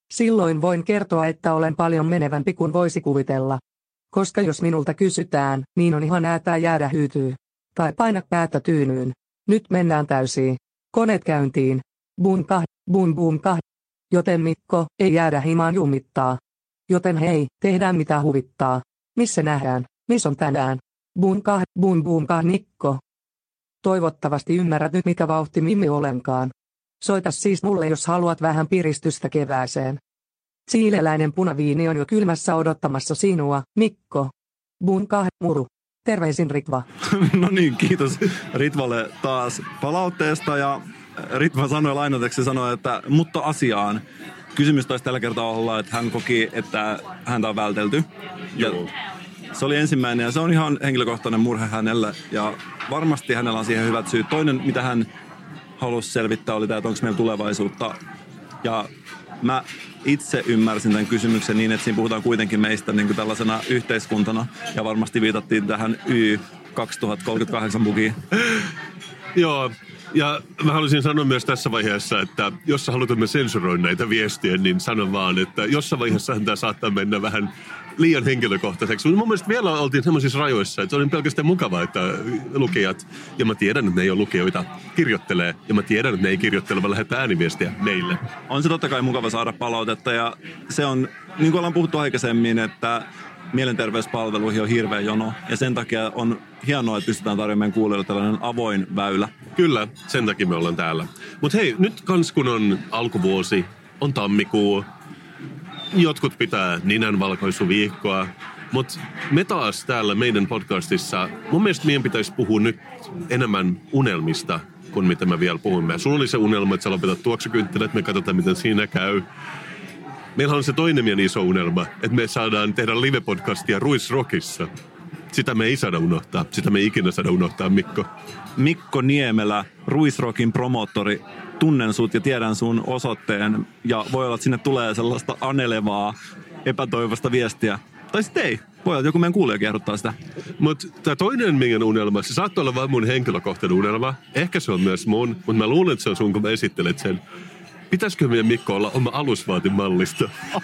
Silloin voin kertoa, että olen paljon menevämpi kuin voisi kuvitella. Koska jos minulta kysytään, niin on ihan äätää jäädä hyytyy. Tai paina päätä tyynyyn. Nyt mennään täysiin. Koneet käyntiin. Boom kah, boom boom kah. Joten Mikko, ei jäädä himaan jumittaa. Joten hei, tehdään mitä huvittaa. Missä nähdään? Missä on tänään? Boom kah, Mikko. Toivottavasti ymmärrät nyt mikä vauhti Mimmi olenkaan. Soita siis mulle jos haluat vähän piristystä kevääseen. Siileläinen punaviini on jo kylmässä odottamassa sinua, Mikko. Boom kah, muru. Terveisin Ritva. No niin, kiitos Ritvalle taas palautteesta ja Ritva sanoi lainateksi että mutta asiaan. Kysymys taisi tällä kertaa olla, että hän koki, että häntä on vältelty. Joo. Se oli ensimmäinen ja se on ihan henkilökohtainen murhe hänelle ja varmasti hänellä on siihen hyvät syyt. Toinen, mitä hän halusi selvittää, oli tämä, että onko meillä tulevaisuutta. Ja mä itse ymmärsin tämän kysymyksen niin, että siinä puhutaan kuitenkin meistä niin kuin tällaisena yhteiskuntana ja varmasti viitattiin tähän Y2038-bugiin. Joo, ja mä haluaisin sanoa myös tässä vaiheessa, että jos sä haluat, että mä sensuroin näitä viestiä, niin sanon vaan, että jossain vaiheessa tämä saattaa mennä vähän liian henkilökohtaiseksi. Mutta mun mielestä vielä oltiin semmoisissa rajoissa, että se oli pelkästään mukavaa, että lukijat, ja mä tiedän, että ne ei ole lukijoita, kirjoittelee, ja mä tiedän, että ne ei kirjoittele, vaan lähettää ääniviestiä meille. On se totta kai mukava saada palautetta, ja se on, niin kuin ollaan puhuttu aikaisemmin, että mielenterveyspalveluihin on hirveä jono, ja sen takia on hienoa, että pystytään tarjoamaan kuulijoille tällainen avoin väylä. Kyllä, sen takia me ollaan täällä. Mutta hei, nyt kans kun on alkuvuosi, on tammikuu, jotkut pitää ninänvalkoisuviikkoa, mutta me taas täällä meidän podcastissa, mun mielestä meidän pitäisi puhua nyt enemmän unelmista kuin mitä me vielä puhumme. Sulla oli se unelma, että sä lopetat tuoksukynttilät, me katsotaan miten siinä käy. Meillä on se toinen meidän iso unelma, että me saadaan tehdä live-podcastia Ruisrockissa. Sitä me ei saada unohtaa. Sitä me ei ikinä saada unohtaa, Mikko. Mikko Niemelä, Ruisrockin promoottori. Tunnen sut ja tiedän sun osoitteen. Ja voi olla, että sinne tulee sellaista anelevaa, epätoivosta viestiä. Tai sitten ei. Voi olla, että joku meidän kuulijakin ehdottaa sitä. Mutta tämä toinen meidän unelma, se saattaa olla vain mun henkilökohtainen unelma. Ehkä se on myös mun, mutta mä luulen, että se on sun, kun mä esittelet sen. Pitäisikö meidän Mikko olla oma alusvaatimallista?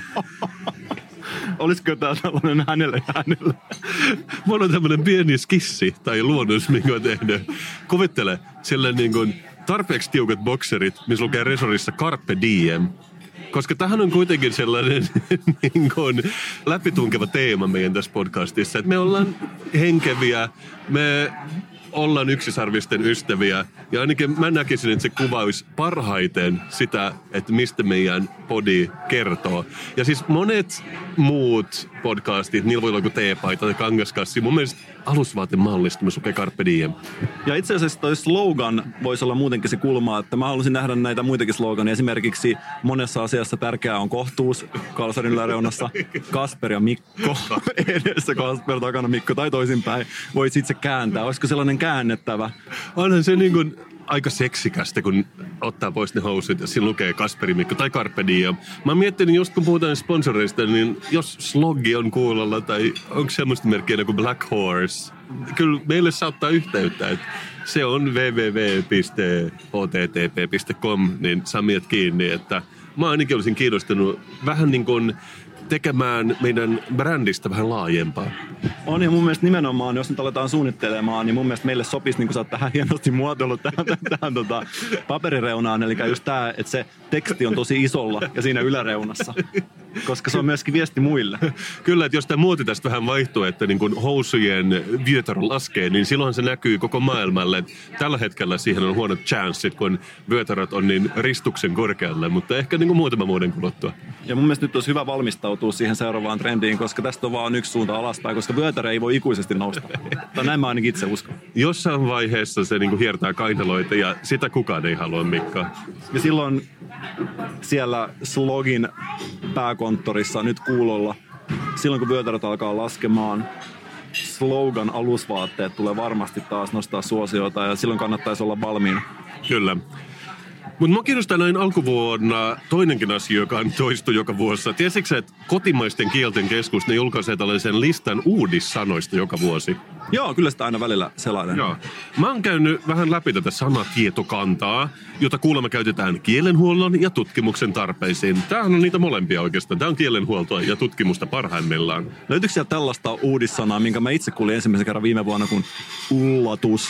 Olisiko tää tällainen hänelle? Mulla on tämmönen pieni skissi tai luonnos, minkä mä tehnyt. Kuvittele, siellä niin kuin tarpeeksi tiukat bokserit, missä lukee resorissa Carpe Diem. Koska tämähän on kuitenkin sellainen niin kuin läpitunkeva teema meidän tässä podcastissa, että me ollaan henkeviä, me ollaan yksisarvisten ystäviä. Ja ainakin mä näkisin, että se kuvaisi parhaiten sitä, että mistä meidän podi kertoo. Ja siis monet muut podcastit, niillä voi olla joku teepaita tai kangaskassi. Mun mielestä alusvaatemallista me lukee Carpe Diem. Ja itse asiassa toi slogan voisi olla muutenkin se kulma, että mä haluaisin nähdä näitä muitakin slogania. Esimerkiksi monessa asiassa tärkeää on kohtuus, kalsarin yläreunassa, Kasper ja Mikko, edessä Kasper, takana Mikko tai toisinpäin. Voisi itse kääntää. Olisiko sellainen käännettävä? Onhan se niin kuin aika seksikästä, kun ottaa pois ne housut ja siinä lukee Kasperi Mikko tai Carpe Diem. Mä miettinyt, just kun puhutaan sponsoreista, niin jos slogi on kuulolla tai onko semmoista merkkiä kuin Black Horse, kyllä meille saattaa yhteyttä, että se on www.http.com, niin saa miet kiinni, että mä ainakin olisin kiinnostunut vähän niin kuin tekemään meidän brändistä vähän laajempaa. On ja mun mielestä nimenomaan, jos nyt aletaan suunnittelemaan, niin mun mielestä meille sopisi, niin kuin sä oot tähän hienosti muotoillut tähän paperireunaan, eli just tää, että se teksti on tosi isolla ja siinä yläreunassa, koska se on myöskin viesti muille. Kyllä, että jos tämä muoti tästä vähän vaihtuu, että niin kun housujen vyötärö laskee, niin silloin se näkyy koko maailmalle. Tällä hetkellä siihen on huonot chanssit, kun vyötäröt on niin ristuksen korkealle, mutta ehkä niin kuin muutaman vuoden kuluttua. Ja mun mielestä nyt olisi hyvä valmistautua siihen seuraavaan trendiin, koska tästä on vaan yksi suunta alaspäin, koska vyötärö ei voi ikuisesti nousta. Tai näin mä ainakin itse uskon. Jossain vaiheessa se niin kuin hiertää kainaloita ja sitä kukaan ei halua, Mikko. Ja silloin siellä slogin pääkonttorissa nyt kuulolla, silloin kun vyötäröt alkaa laskemaan, slogan alusvaatteet tulee varmasti taas nostaa suosiota ja silloin kannattaisi olla valmiina. Kyllä. Mutta minua kiinnostaa näin alkuvuonna toinenkin asia, joka toistuu joka vuosi. Tiesitkö, että kotimaisten kielten keskus ne julkaisee tällaisen listan uudissanoista joka vuosi? Joo, kyllä sitä aina välillä selailen. Joo. Mä oon käynyt vähän läpi tätä sanatietokantaa, jota kuulemma käytetään kielenhuollon ja tutkimuksen tarpeisiin. Tämähän on niitä molempia oikeastaan. Tämä on kielenhuoltoa ja tutkimusta parhaimmillaan. Löytyykö siellä tällaista uudissanaa, minkä mä itse kuulin ensimmäisen kerran viime vuonna, kuin ullatus?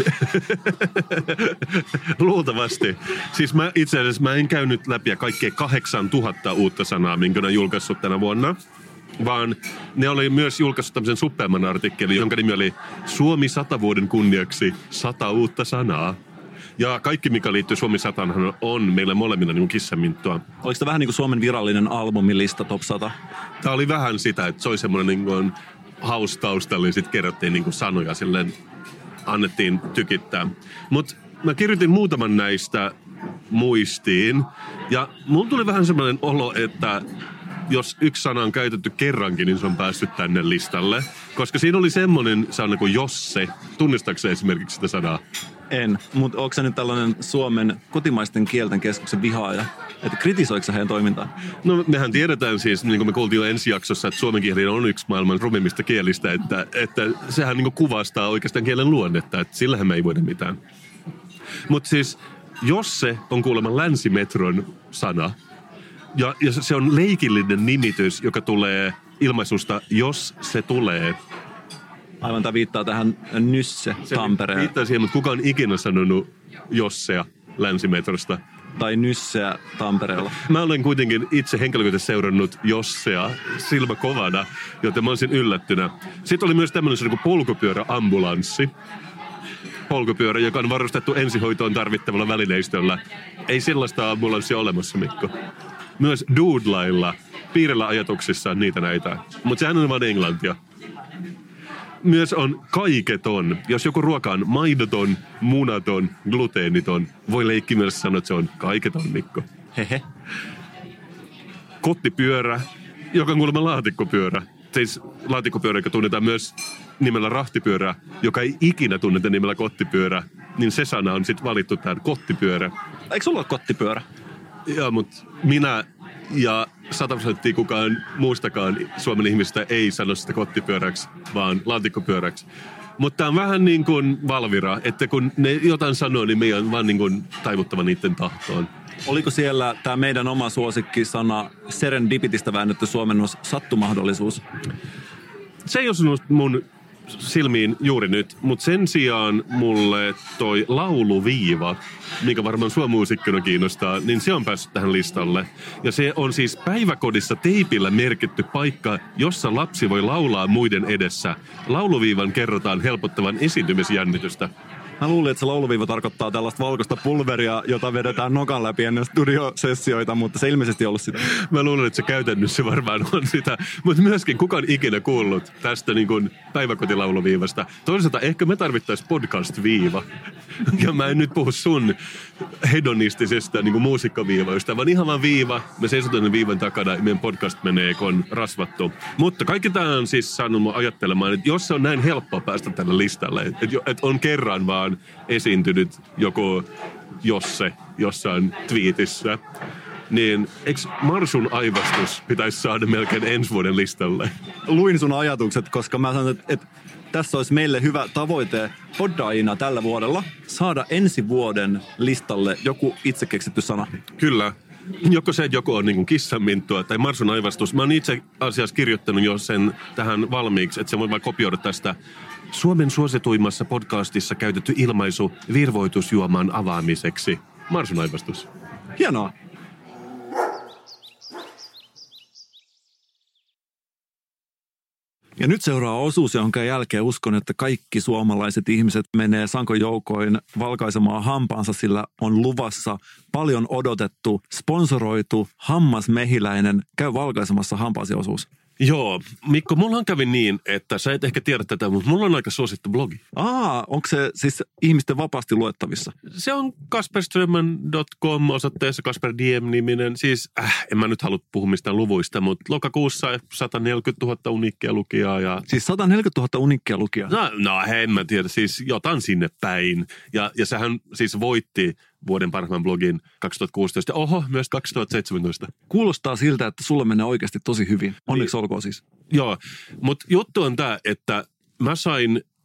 Luultavasti. Siis itse asiassa mä en käynyt läpi kaikkea 8000 uutta sanaa, minkä ne on julkaissut tänä vuonna. Vaan ne oli myös julkaissut tämmöisen suppeamman artikkelin, jonka nimi oli Suomi 100 vuoden kunniaksi 100 uutta sanaa. Ja kaikki, mikä liittyy Suomi 100, on meillä molemmilla niin kuin kissaminttua. Oliko tämä vähän niin kuin Suomen virallinen albumilista Top 100? Tämä oli vähän sitä, että se oli semmoinen niin kuin house-taustalla, ja sitten kerrottiin niin kuin sanoja, silleen annettiin tykittää. Mutta mä kirjoitin muutaman näistä muistiin, ja mulla tuli vähän semmoinen olo, että jos yksi sana on käytetty kerrankin, niin se on päässyt tänne listalle. Koska siinä oli semmoinen sana kuin Josse. Tunnistatko se esimerkiksi sitä sanaa? En, mutta onko se nyt tällainen Suomen kotimaisten kielten keskuksen vihaaja? Että kritisoiko se heidän toimintaa? No mehän tiedetään siis, niin kuin me kuultiin jo ensi jaksossa, että suomen kieli on yksi maailman rumimmista kielistä, että sehän niin kuin kuvastaa oikeastaan kielen luonnetta, että sillähän me ei voida mitään. Mutta siis Josse on kuulemma Länsimetron sana. Ja se on leikillinen nimitys, joka tulee ilmaisusta, jos se tulee. Aivan, tämä viittaa tähän Nysse Tampereen. Viittaa siihen, mutta kuka on ikinä sanonut Jossea Länsimetrosta? Tai Nysseä Tampereella. Mä olen kuitenkin itse henkilökohtaisesti seurannut Jossea silmä kovana, joten mä olisin yllättynä. Sitten oli myös tämmöinen kuin polkupyöräambulanssi. Polkupyörä, joka on varustettu ensihoitoon tarvittavalla välineistöllä. Ei sellaista ambulanssia olemassa, Mikko. Myös doodlailla, piirillä ajatuksissa niitä näitä. Mutta sehän on vain englantia. Myös on kaiketon. Jos joku ruoka on maidoton, munaton, gluteeniton, voi leikki myös sanoa, että se on kaiketon, Mikko. Hehe. Kottipyörä, joka on kuulemma laatikkopyörä. Siis laatikkopyörä, joka tunnetaan myös nimellä rahtipyörä, joka ei ikinä tunneta nimellä kottipyörä, niin se sana on sitten valittu tähän kottipyörä. Eikö sulla ole kottipyörä? Joo, mutta minä ja 100% kukaan muustakaan Suomen ihmistä ei sano sitä kottipyöräksi, vaan laatikkopyöräksi. Mutta tämä on vähän niin kuin Valvira, että kun ne jotain sanoo, niin meidän on vaan niin kuin taivuttava niiden tahtoon. Oliko siellä tämä meidän oma suosikkisana serendipitistä väännetty suomennos sattumahdollisuus? Se ei osunut mun silmiin juuri nyt, mutta sen sijaan mulle toi lauluviiva, mikä varmaan sua muusikkona kiinnostaa, niin se on päässyt tähän listalle. Ja se on siis päiväkodissa teipillä merkitty paikka, jossa lapsi voi laulaa muiden edessä. Lauluviivan kerrotaan helpottavan esiintymisjännitystä. Mä luulin, että se lauluviiva tarkoittaa tällaista valkoista pulveria, jota vedetään nokan läpi ennen studiosessioita, mutta se ilmeisesti ollut sitä. Mä luulen, että se käytännössä varmaan on sitä. Mutta myöskin kukaan ikinä kuullut tästä niin kuin päiväkotilauluviivasta. Toisaalta ehkä me tarvittaisiin podcast-viiva. Ja mä en nyt puhu sun hedonistisesta niin kuin muusikkoviivoista, vaan ihan vaan viiva. Me seisotaan viivan takana ja meidän podcast menee, kun on rasvattu. Mutta kaikki tämä on siis saanut mua ajattelemaan, että jos se on näin helppoa päästä tälle listalle, että on kerran vaan esiintynyt joku Josse jossain twiitissä, niin eikö Marsun aivastus pitäisi saada melkein ensi vuoden listalle? Luin sun ajatukset, koska mä sanoin, että tässä olisi meille hyvä tavoite poddaajina tällä vuodella saada ensi vuoden listalle joku itse keksitty sana. Kyllä. Joko se, että joku on niin kissanminttua tai Marsun aivastus. Mä oon itse asiassa kirjoittanut jo sen tähän valmiiksi, että se voi vaan kopioida tästä. Suomen suosituimmassa podcastissa käytetty ilmaisu virvoitusjuoman avaamiseksi. Marsun aivastus. Hienoa. Ja nyt seuraa osuus, jonka jälkeen uskon, että kaikki suomalaiset ihmiset menee Sankon joukoin valkaisemaan hampaansa, sillä on luvassa paljon odotettu, sponsoroitu, hammasmehiläinen käy valkaisemassa hampaasi osuus. Joo, Mikko, mullahan kävi niin, että sä et ehkä tiedä tätä, mutta mulla on aika suosittu blogi. Onko se siis ihmisten vapaasti luettavissa? Se on kasperströmman.com osoitteessa Kasper Diem-niminen. Siis, en mä nyt halua puhua mistään luvuista, mutta lokakuussa 140 000 uniikkia lukijaa. Ja... Siis 140 000 uniikkia lukijaa? No en mä tiedä, siis jotain sinne päin. Ja sehän siis voitti vuoden parhaan blogin 2016. Oho, myös 2017. Kuulostaa siltä, että sulle menee oikeasti tosi hyvin. Onneksi olkoon siis. Joo, mutta juttu on tämä, että mä sain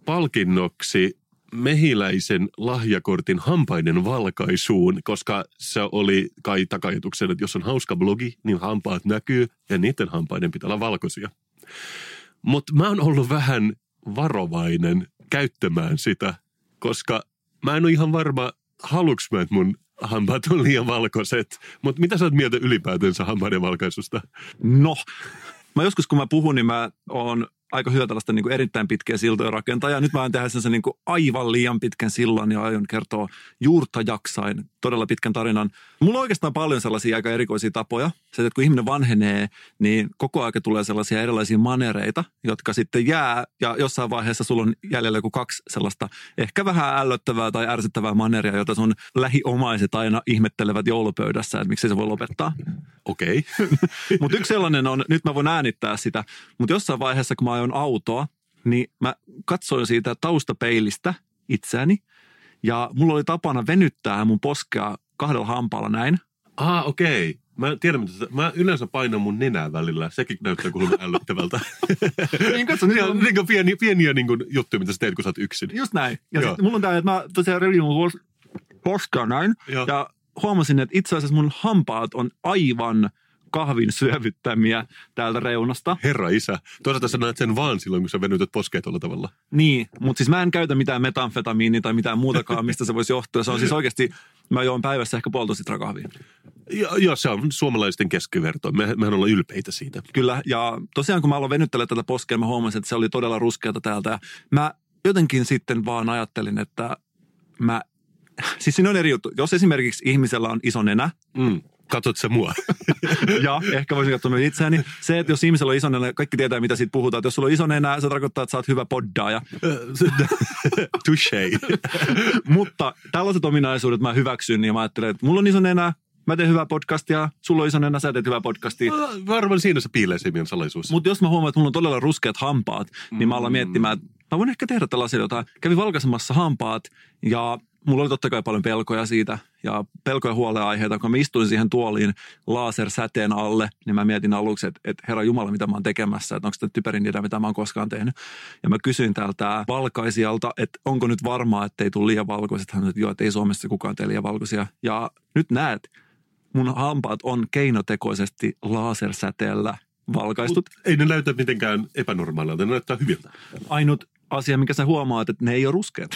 palkinnoksi Mehiläisen lahjakortin hampaiden valkaisuun, koska se oli kai taka-ajatuksena, että jos on hauska blogi, niin hampaat näkyy ja niiden hampaiden pitää olla valkoisia. Mutta mä oon ollut vähän varovainen käyttämään sitä, koska mä en ole ihan varma, haluuks mä, että mun hampaat on liian valkoiset. Mutta mitä sä oot mieltä ylipäätänsä hampaiden valkaisusta? No, mä joskus kun mä puhun, niin mä oon aika hyvä tällaista niin kuin erittäin pitkiä siltoja rakentaa. Ja nyt mä aion tehdä sen niin kuin aivan liian pitkän sillan ja aion kertoa juurta jaksain todella pitkän tarinan. Mulla on oikeastaan paljon sellaisia aika erikoisia tapoja. Se, että kun ihminen vanhenee, niin koko ajan tulee sellaisia erilaisia manereita, jotka sitten jää. Ja jossain vaiheessa sulla on jäljellä joku 2 sellaista ehkä vähän ällöttävää tai ärsyttävää maneria, jota sun lähiomaiset aina ihmettelevät joulupöydässä, että miksi se voi lopettaa. Okei. Mutta yksi sellainen on, nyt mä voin äänittää sitä, mutta jossain vaiheessa, kun mä ajoin autoa, niin mä katsoin siitä taustapeilistä itseäni ja mulla oli tapana venyttää mun poskea 2 hampaalla näin. Okei. Mä tiedän, mitä mä yleensä painan mun nenää välillä. Sekin näyttää kuulemma ällöttävältä. Niin katso, niin pieniä niin kuin juttuja, mitä sä teet, kun sä oot yksin. Just näin. Ja sitten mulla on tää, että mä tosiaan revin mun poskea näin. Ja huomasin, että itse asiassa mun hampaat on aivan kahvin syövyttämiä täältä reunasta. Herra isä. Toisaalta sä näet sen vaan silloin, kun sä venytät poskea tuolla tavalla. Niin, mutta siis mä en käytä mitään metamfetamiinia tai mitään muutakaan, mistä se voisi johtua. Se on siis oikeasti, mä joon päivässä ehkä 1,5 litraa kahvia. Joo, se on suomalaisten keskiverto. Mehän ollaan ylpeitä siitä. Kyllä, ja tosiaan kun mä aloin venyttelemään tätä poskea, mä huomasin, että se oli todella ruskeata täältä. Ja mä jotenkin sitten vaan ajattelin, että siis siinä on eri juttu. Jos esimerkiksi ihmisellä on iso nenä, katsot sä mua? ja ehkä voisin katsoa myös itseäni. Se, että jos ihmisellä on iso nenä, kaikki tietää, mitä siitä puhutaan. Että jos sulla on iso nenä, se tarkoittaa, että sä oot hyvä poddaaja. Touché. Mutta tällaiset ominaisuudet mä hyväksyn ja mä ajattelen, että mulla on iso nenä, mä teen hyvää podcastia, sulla on iso nenä, sä teet hyvää podcastia. Varmaan siinä se piilee se meidän salaisuus. Mutta jos mä huomaan, että mulla on todella ruskeat hampaat, niin mä alan miettimään, että mä voin ehkä tehdä tällaisia jotain. Kävin valkaisemassa hampaat ja mulla oli totta kai paljon pelkoja siitä ja pelkoja huolenaiheita. Kun mä istuin siihen tuoliin lasersäteen alle, niin mä mietin aluksi, että herra Jumala, mitä mä oon tekemässä, että onko tämä typerin idea, mitä mä oon koskaan tehnyt. Ja mä kysyin täältä valkaisijalta, että onko nyt varmaa, että ei tule liian valkoiset. Hän sanoi, että joo, että ei Suomessa kukaan tee liian valkoisia. Ja nyt näet, mun hampaat on keinotekoisesti lasersäteellä valkaistut. Ei ne näytä mitenkään epänormaalilta, ne näyttää hyviltä. Ainut asia, mikä sä huomaat, että ne ei ole ruskeat.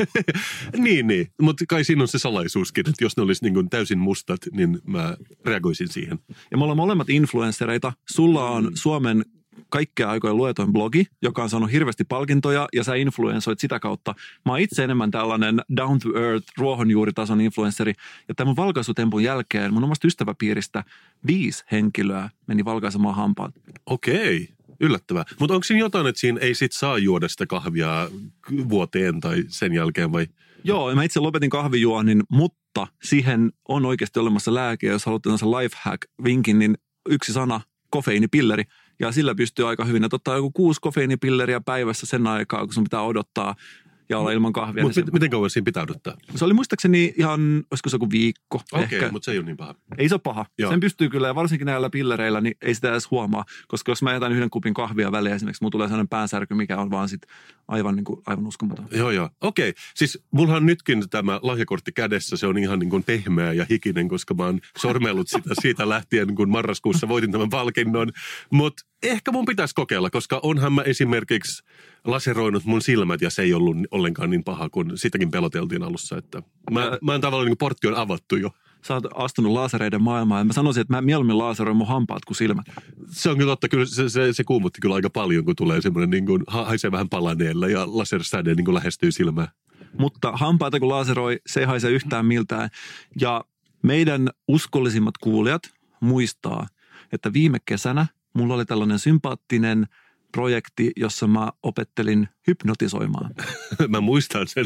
niin. Mutta kai siinä on se salaisuuskin, että jos ne olisi niin kuin täysin mustat, niin mä reagoisin siihen. Ja me ollaan molemmat influenssereita. Sulla on Suomen kaikkea aikojen luetuin blogi, joka on saanut hirveästi palkintoja ja sä influensoit sitä kautta. Mä oon itse enemmän tällainen down to earth, ruohonjuuritason influenssari. Ja tämän valkaisutempun jälkeen mun omasta ystäväpiiristä 5 henkilöä meni valkaisemaan hampaat. Okei. Yllättävää. Mutta onko siinä jotain, että siinä ei sit saa juoda sitä kahvia vuoteen tai sen jälkeen vai? Joo, mä itse lopetin kahvijuonnin, mutta siihen on oikeasti olemassa lääke. Jos haluatte lifehack-vinkin, niin yksi sana, kofeiinipilleri. Ja sillä pystyy aika hyvin, että ottaa joku 6 kofeiinipilleriä päivässä sen aikaa, kun sun pitää odottaa ja olla ilman kahvia. Mutta miten kauan siinä pitää odottaa? Se oli muistaakseni ihan, olisiko se joku viikko. Okei, mutta se ei ole niin paha. Ei se ole paha. Joo. Sen pystyy kyllä, ja varsinkin näillä pillereillä, niin ei sitä edes huomaa. Koska jos mä jätän 1 kupin kahvia väliin esimerkiksi, mulla tulee sellainen päänsärky, mikä on vaan sit aivan uskomaton. Joo. Okei. Siis mulla on nytkin tämä lahjakortti kädessä. Se on ihan niin kuin pehmeä ja hikinen, koska mä oon sormellut sitä siitä lähtien, kun marraskuussa voitin tämän palkinnon. Mutta ehkä mun pitäisi kokeilla, koska onhan mä esimerkiksi laseroinut mun silmät ja se ei ollut ollenkaan niin paha, kun sitäkin peloteltiin alussa. Että mä oon tavallaan niin kuin portti on avattu jo. Sä oot astunut lasereiden maailmaan ja mä sanoisin, että mä mieluummin laseroin mun hampaat kuin silmät. Se on kyllä totta. Kyllä se kuumotti kyllä aika paljon, kun tulee semmoinen niin kuin haisee vähän palaneella ja lasersäde niin kuin lähestyy silmään. Mutta hampaita kun laseroi, se ei haise yhtään miltään. Ja meidän uskollisimmat kuulijat muistaa, että viime kesänä mulla oli tällainen sympaattinen projekti, jossa mä opettelin hypnotisoimaan. Mä muistan sen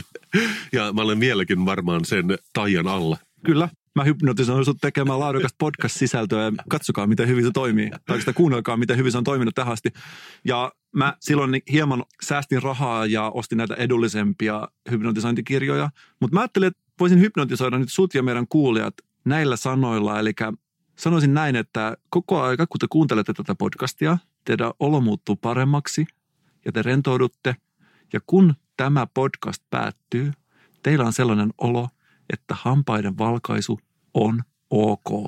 ja mä olen vieläkin varmaan sen taian alla. Kyllä. Mä hypnotisoin sut tekemään laadukasta podcast-sisältöä ja katsokaa, miten hyvin se toimii. Tai sitä kuunnelkaa, miten hyvin se on toiminut tähän asti. Ja mä silloin hieman säästin rahaa ja ostin näitä edullisempia hypnotisointikirjoja. Mutta mä ajattelin, että voisin hypnotisoida nyt sut ja meidän kuulijat näillä sanoilla. Eli sanoisin näin, että koko aika, kun te kuuntelette tätä podcastia, teidän olo muuttuu paremmaksi ja te rentoudutte Ja kun tämä podcast päättyy, teillä on sellainen olo, että hampaiden valkaisu on ok.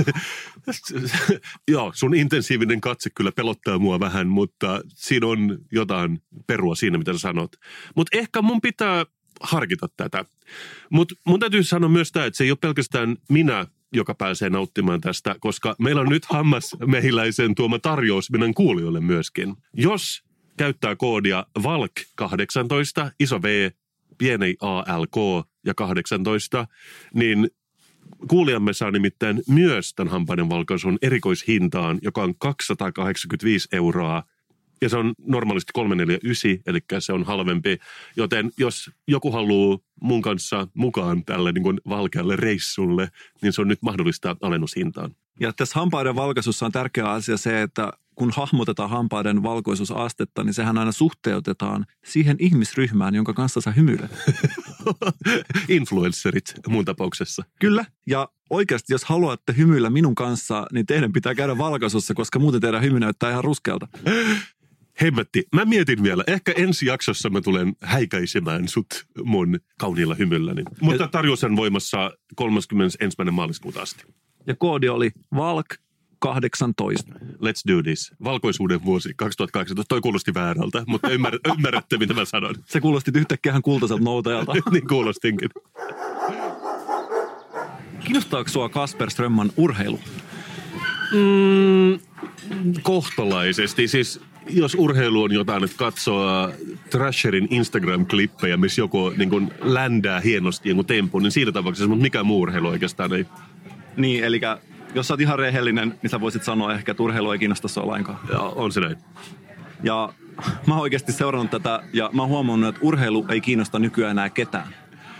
Joo, sun intensiivinen katse kyllä pelottaa mua vähän, mutta siinä on jotain perua siinä, mitä sä sanot. Mutta ehkä mun pitää harkita tätä. Mutta mun täytyy sanoa myös tämä, että se ei ole pelkästään minä, joka pääsee nauttimaan tästä, koska meillä on nyt Hammasmehiläisen tuoma tarjous meidän kuulijoille myöskin. Jos käyttää koodia VALK18, iso V, pieni ALK ja 18, niin kuulijamme saa nimittäin myös tämän hampaiden valkaisun erikoishintaan, joka on 285 €. Ja se on normaalisti 349, eli se on halvempi. Joten jos joku haluaa mun kanssa mukaan tälle niin kuin valkealle reissulle, niin se on nyt mahdollista alennushintaan. Ja tässä hampaiden valkaisussa on tärkeä asia se, että kun hahmotetaan hampaiden valkoisuusastetta, niin sehän aina suhteutetaan siihen ihmisryhmään, jonka kanssa sä hymyilet. Influencerit mun tapauksessa. Kyllä, ja oikeasti jos haluatte hymyillä minun kanssa, niin teidän pitää käydä valkaisussa, koska muuten teidän hymy näyttää ihan ruskealta. Hemmetti, mä mietin vielä. Ehkä ensi jaksossa mä tulen häikäisemään sut mun kauniilla hymylläni. Mutta tarjous on voimassa 31. maaliskuuta asti. Ja koodi oli VALK18. Let's do this. Valkoisuuden vuosi 2018. Toi kuulosti väärältä, mutta ymmärrätte, mitä mä sanon. Se kuulosti yhtäkkiä ihan kultaiselta noutajalta. Niin kuulostinkin. Kiinnostaako sua Kasper Strömman urheilu? Kohtalaisesti. Siis jos urheilu on jotain, että katsoa Thrasherin Instagram-klippejä, missä joku niin kuin ländää hienosti jonkun tempun, niin siinä tapauksessa, mutta mikään muu urheilu oikeastaan ei. Niin, eli jos sä oot ihan rehellinen, niin sä voisit sanoa ehkä, että urheilu ei kiinnosta sua lainkaan. Ja on se näin. Ja mä oon oikeasti seurannut tätä ja mä oon huomannut, että urheilu ei kiinnosta nykyään enää ketään.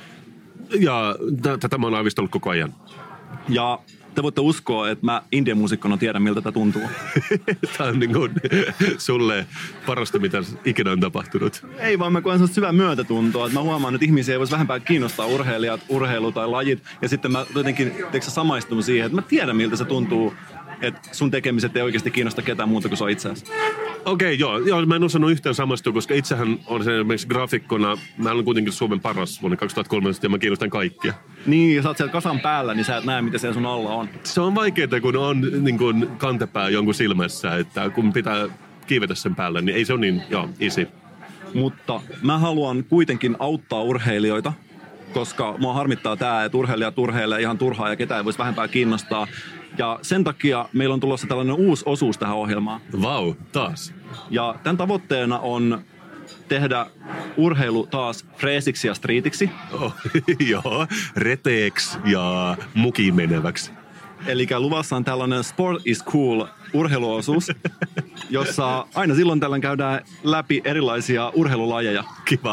Ja tätä mä oon aavistellut koko ajan. Ja te voitte uskoa, että mä indie-muusikkona tiedän, miltä tämä tuntuu. Tämä on niin kuin sulle parasta, mitä ikinä on tapahtunut. Ei vaan mä koen sellaista syvää myötätuntoa, että mä huomaan, että ihmisiä ei voisi vähempää kiinnostaa urheilijat, urheilu tai lajit. Ja sitten mä jotenkin samaistun siihen, että mä tiedän, miltä se tuntuu, että sun tekemiset ei oikeasti kiinnosta ketään muuta kuin sua itseäsi. Okei, joo, mä en osannut yhtään samastua, koska itsehän on esimerkiksi graafikkona, mä olen kuitenkin Suomen paras vuonna 2013 ja mä kiinnostan kaikkia. Niin, jos sä oot siellä kasan päällä, niin sä et näe, mitä siellä sun alla on. Se on vaikeaa, kun on niin kuin kantapää jonkun silmässä, että kun pitää kiivetä sen päälle, niin ei se ole niin, easy. Mutta mä haluan kuitenkin auttaa urheilijoita, koska mua harmittaa tää, että urheilijat urheilee ihan turhaa ja ketään ei voisi vähempää kiinnostaa. Ja sen takia meillä on tulossa tällainen uusi osuus tähän ohjelmaan. Vau, taas. Ja tämän tavoitteena on tehdä urheilu taas freesiksi ja striitiksi. Joo, reteeksi ja mukiin meneväksi. Eli luvassa on tällainen Sport is Cool urheiluosuus, jossa aina silloin tällöin käydään läpi erilaisia urheilulajeja. Kiva.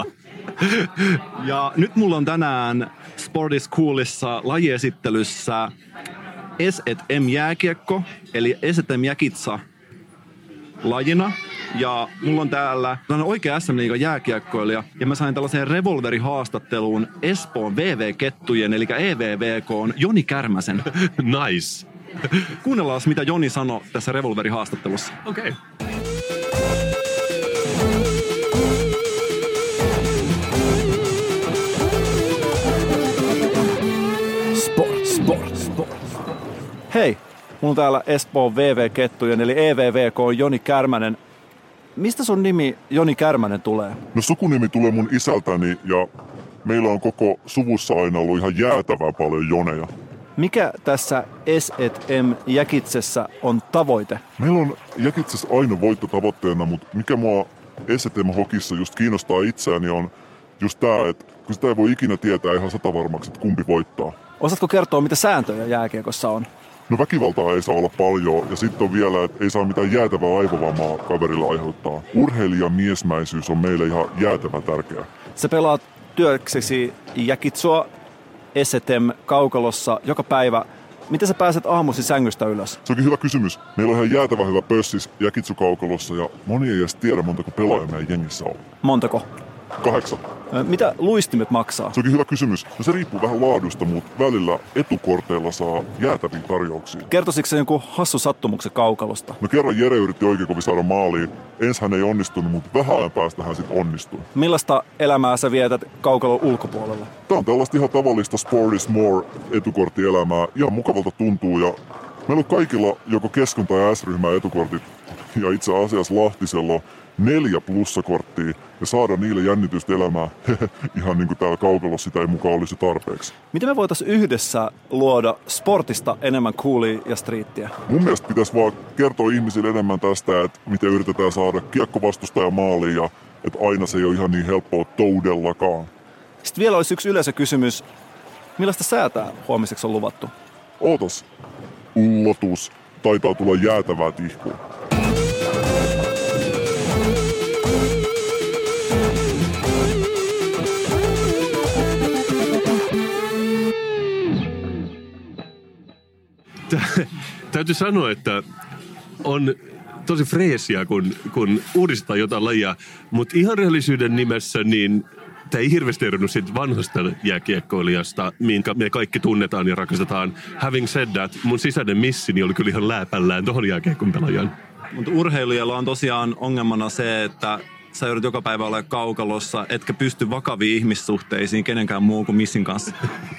Ja nyt mulla on tänään Sport is Coolissa lajiesittelyssä S&M-jääkiekko, eli S&M-jäkitsa lajina. Ja mulla on täällä oikea SM-liigan jääkiekkoilija. Ja mä sain tällaiseen revolverihaastatteluun Espoon VV-kettujen, eli EVVK:n Joni Kärmäsen. Nice. Kuunnellaan, mitä Joni sanoi tässä revolverihaastattelussa. Okei. Sport. Hei, mulla on täällä Espoon VV-kettujen, eli EVVK on Joni Kärmänen. Mistä sun nimi Joni Kärmänen tulee? No sukunimi tulee mun isältäni ja meillä on koko suvussa aina ollut ihan jäätävän paljon Joneja. Mikä tässä S&M-jäkitsessä on tavoite? Meillä on jäkitsessä aina voitto tavoitteena, mutta mikä mua S&M-hokissa just kiinnostaa itseäni on just tää, että kun sitä ei voi ikinä tietää ihan satavarmaksi, että kumpi voittaa. Osaatko kertoa, mitä sääntöjä jääkiekossa on? No väkivaltaa ei saa olla paljon ja sitten on vielä, että ei saa mitään jäätävää aivovammaa kaverilla aiheuttaa. Urheilijan miesmäisyys on meille ihan jäätävän tärkeää. Sä pelaat työksesi jäkitsua S&M-kaukalossa joka päivä. Miten sä pääset aamuisin sängystä ylös? Se onkin hyvä kysymys. Meillä on ihan jäätävän hyvä pössis jäkitsukaukalossa ja moni ei edes tiedä montako pelaajaa meidän jengissä on. Montako? 8. Mitä luistimet maksaa? Se onkin hyvä kysymys. No se riippuu vähän laadusta, mutta välillä etukorteilla saa jäätäviä tarjouksia. Kertoisitko se jonkun hassu sattumuksen kaukalosta? No kerran Jere yritti oikein kovin saada maaliin. Ensin hän ei onnistunut, mutta vähän ajan päästä hän sitten onnistui. Millaista elämää sä vietät kaukalon ulkopuolella? Tää on tällaista ihan tavallista Sport is More etukorttielämää. Ihan mukavalta tuntuu ja meillä on kaikilla joko kesken- tai S-ryhmän etukortit. Ja itse asiassa Lahtisella 4 plussakorttia ja saada niille jännitystä elämää. Ihan niin kuin täällä kaukalossa sitä ei mukaan olisi tarpeeksi. Miten me voitaisiin yhdessä luoda sportista enemmän coolia ja streettiä? Mun mielestä pitäisi vaan kertoa ihmisille enemmän tästä, että miten yritetään saada kiekkovastustaja maaliin ja että aina se ei ole ihan niin helppoa todellakaan. Sitten vielä olisi yksi yleisökysymys. Millaista säätää huomiseksi on luvattu? Ootas. Ullotus. Taitaa tulla jäätävää tihkua. Täytyy sanoa, että on tosi freesiä, kun uudistetaan jotain lajia, mutta ihan rehellisyyden nimessä niin tämä ei hirveästi eronnut siitä vanhasta jääkiekkoilijasta, minkä me kaikki tunnetaan ja rakastetaan. Having said that, mun sisäinen missini oli kyllä ihan lääpällään tohon jääkiekon pelaajan. Mutta urheilijalla on tosiaan ongelmana se, että sä joudut joka päivä olla kaukalossa, etkä pysty vakaviin ihmissuhteisiin kenenkään muu kuin missin kanssa.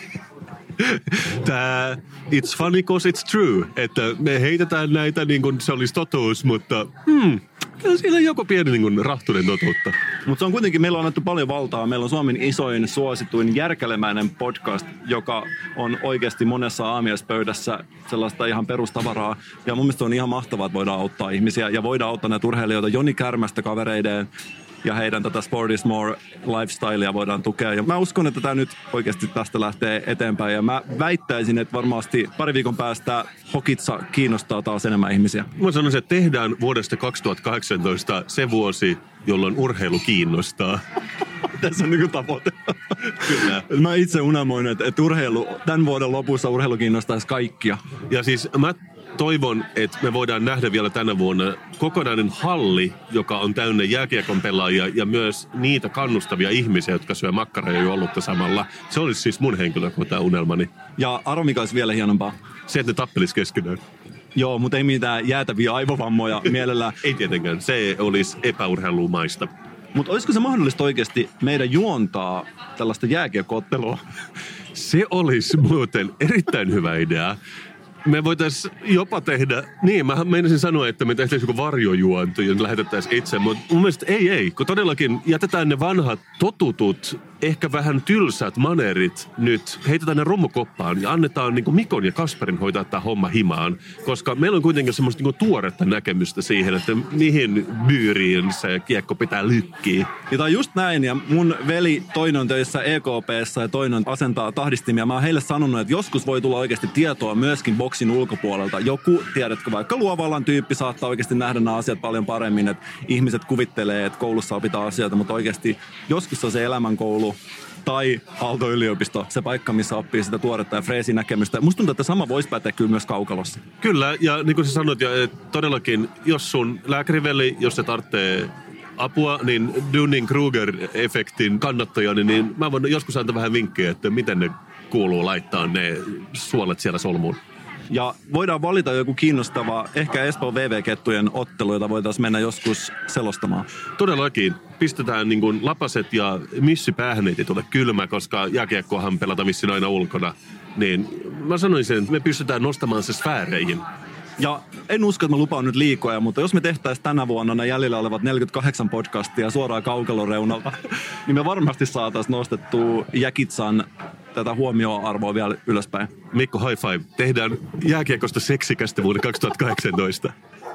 It's funny cause it's true, että me heitetään näitä niin kuin se olisi totuus, mutta kyllä siinä on joku pieni niin kuin rahtunen totuutta. Mutta se on kuitenkin, meillä on annettu paljon valtaa. Meillä on Suomen isoin, suosituin, järkelemäinen podcast, joka on oikeasti monessa aamiaispöydässä sellaista ihan perustavaraa. Ja mun mielestä on ihan mahtavaa, että voidaan auttaa ihmisiä ja voidaan auttaa näitä urheilijoita Joni Kärmästä kavereideen. Ja heidän tätä Sport is More lifestylea voidaan tukea. Ja mä uskon, että tämä nyt oikeasti tästä lähtee eteenpäin. Ja mä väittäisin, että varmasti pari viikon päästä Hokitsa kiinnostaa taas enemmän ihmisiä. Mä sanoisin, että tehdään vuodesta 2018 se vuosi, jolloin urheilu kiinnostaa. Tässä on niinku tavoite. Kyllä. Mä itse unelmoin, että urheilu, tämän vuoden lopussa urheilu kiinnostaisi kaikkia. Ja siis mä toivon, että me voidaan nähdä vielä tänä vuonna kokonainen halli, joka on täynnä jääkiekon pelaajia ja myös niitä kannustavia ihmisiä, jotka syö makkaraa ja ollutta samalla. Se olisi siis mun henkilökohtainen unelmani. Ja arvo, mikä olisi vielä hienompaa? Se, että ne tappelis keskenään. Joo, mutta ei mitään jäätäviä aivovammoja mielellään. Ei tietenkään, se olisi epäurheilumaista. Mutta olisiko se mahdollista oikeasti meidän juontaa tällaista jääkiekko-ottelua? Se olisi muuten erittäin hyvä idea. Me voitaisiin jopa tehdä, niin mä meinasin sanoa, että me tehtäisiin joku varjojuonto ja lähetettäisiin itse, mutta mun mielestä ei, kun todellakin jätetään ne vanhat totutut, ehkä vähän tylsät maneerit nyt, heitetään ne romukoppaan ja annetaan niin kuin Mikon ja Kasperin hoitaa tämä homma himaan, koska meillä on kuitenkin semmoista niin kuin tuoretta näkemystä siihen, että mihin byyriin se kiekko pitää lykkiä. Ja tämä on just näin, ja mun veli toinen on töissä EKP:ssä ja toinen asentaa tahdistimia. Mä oon heille sanonut, että joskus voi tulla oikeasti tietoa myöskin boksin ulkopuolelta. Joku, tiedätkö, vaikka luovallan tyyppi saattaa oikeasti nähdä nämä asiat paljon paremmin, että ihmiset kuvittelee, että koulussa opitaan asioita, mutta oikeasti joskus on se elämänkoulu tai Aalto-yliopisto, se paikka, missä oppii sitä tuoretta ja freesin näkemystä. Musta tuntuu, että sama voisi päteä kyllä myös kaukalossa. Kyllä, ja niin kuin sä sanoit, ja todellakin, jos sun lääkäriveli, jos se tarvitsee apua, niin Dunning-Kruger-efektin kannattajani, niin mä voin joskus antaa vähän vinkkejä, että miten ne kuuluu laittaa ne suolet siellä solmuun. Ja voidaan valita joku kiinnostava, ehkä Espoon VV-kettujen ottelu, jota voitaisiin mennä joskus selostamaan. Todellakin. Pistetään niin kuin lapaset ja missipäähän ei tule kylmä, koska jääkiekkoahan pelata missin aina ulkona. Niin mä sanoisin, että me pystytään nostamaan se sfääreihin. Ja en usko, että mä lupaan nyt liikoja, mutta jos me tehtäisiin tänä vuonna ne jäljellä olevat 48 podcastia suoraan kaukalon reunalta, niin me varmasti saataisiin nostettua Jäkitsan tätä huomioarvoa vielä ylöspäin. Mikko, high five. Tehdään jääkiekosta seksikästä vuonna 2018.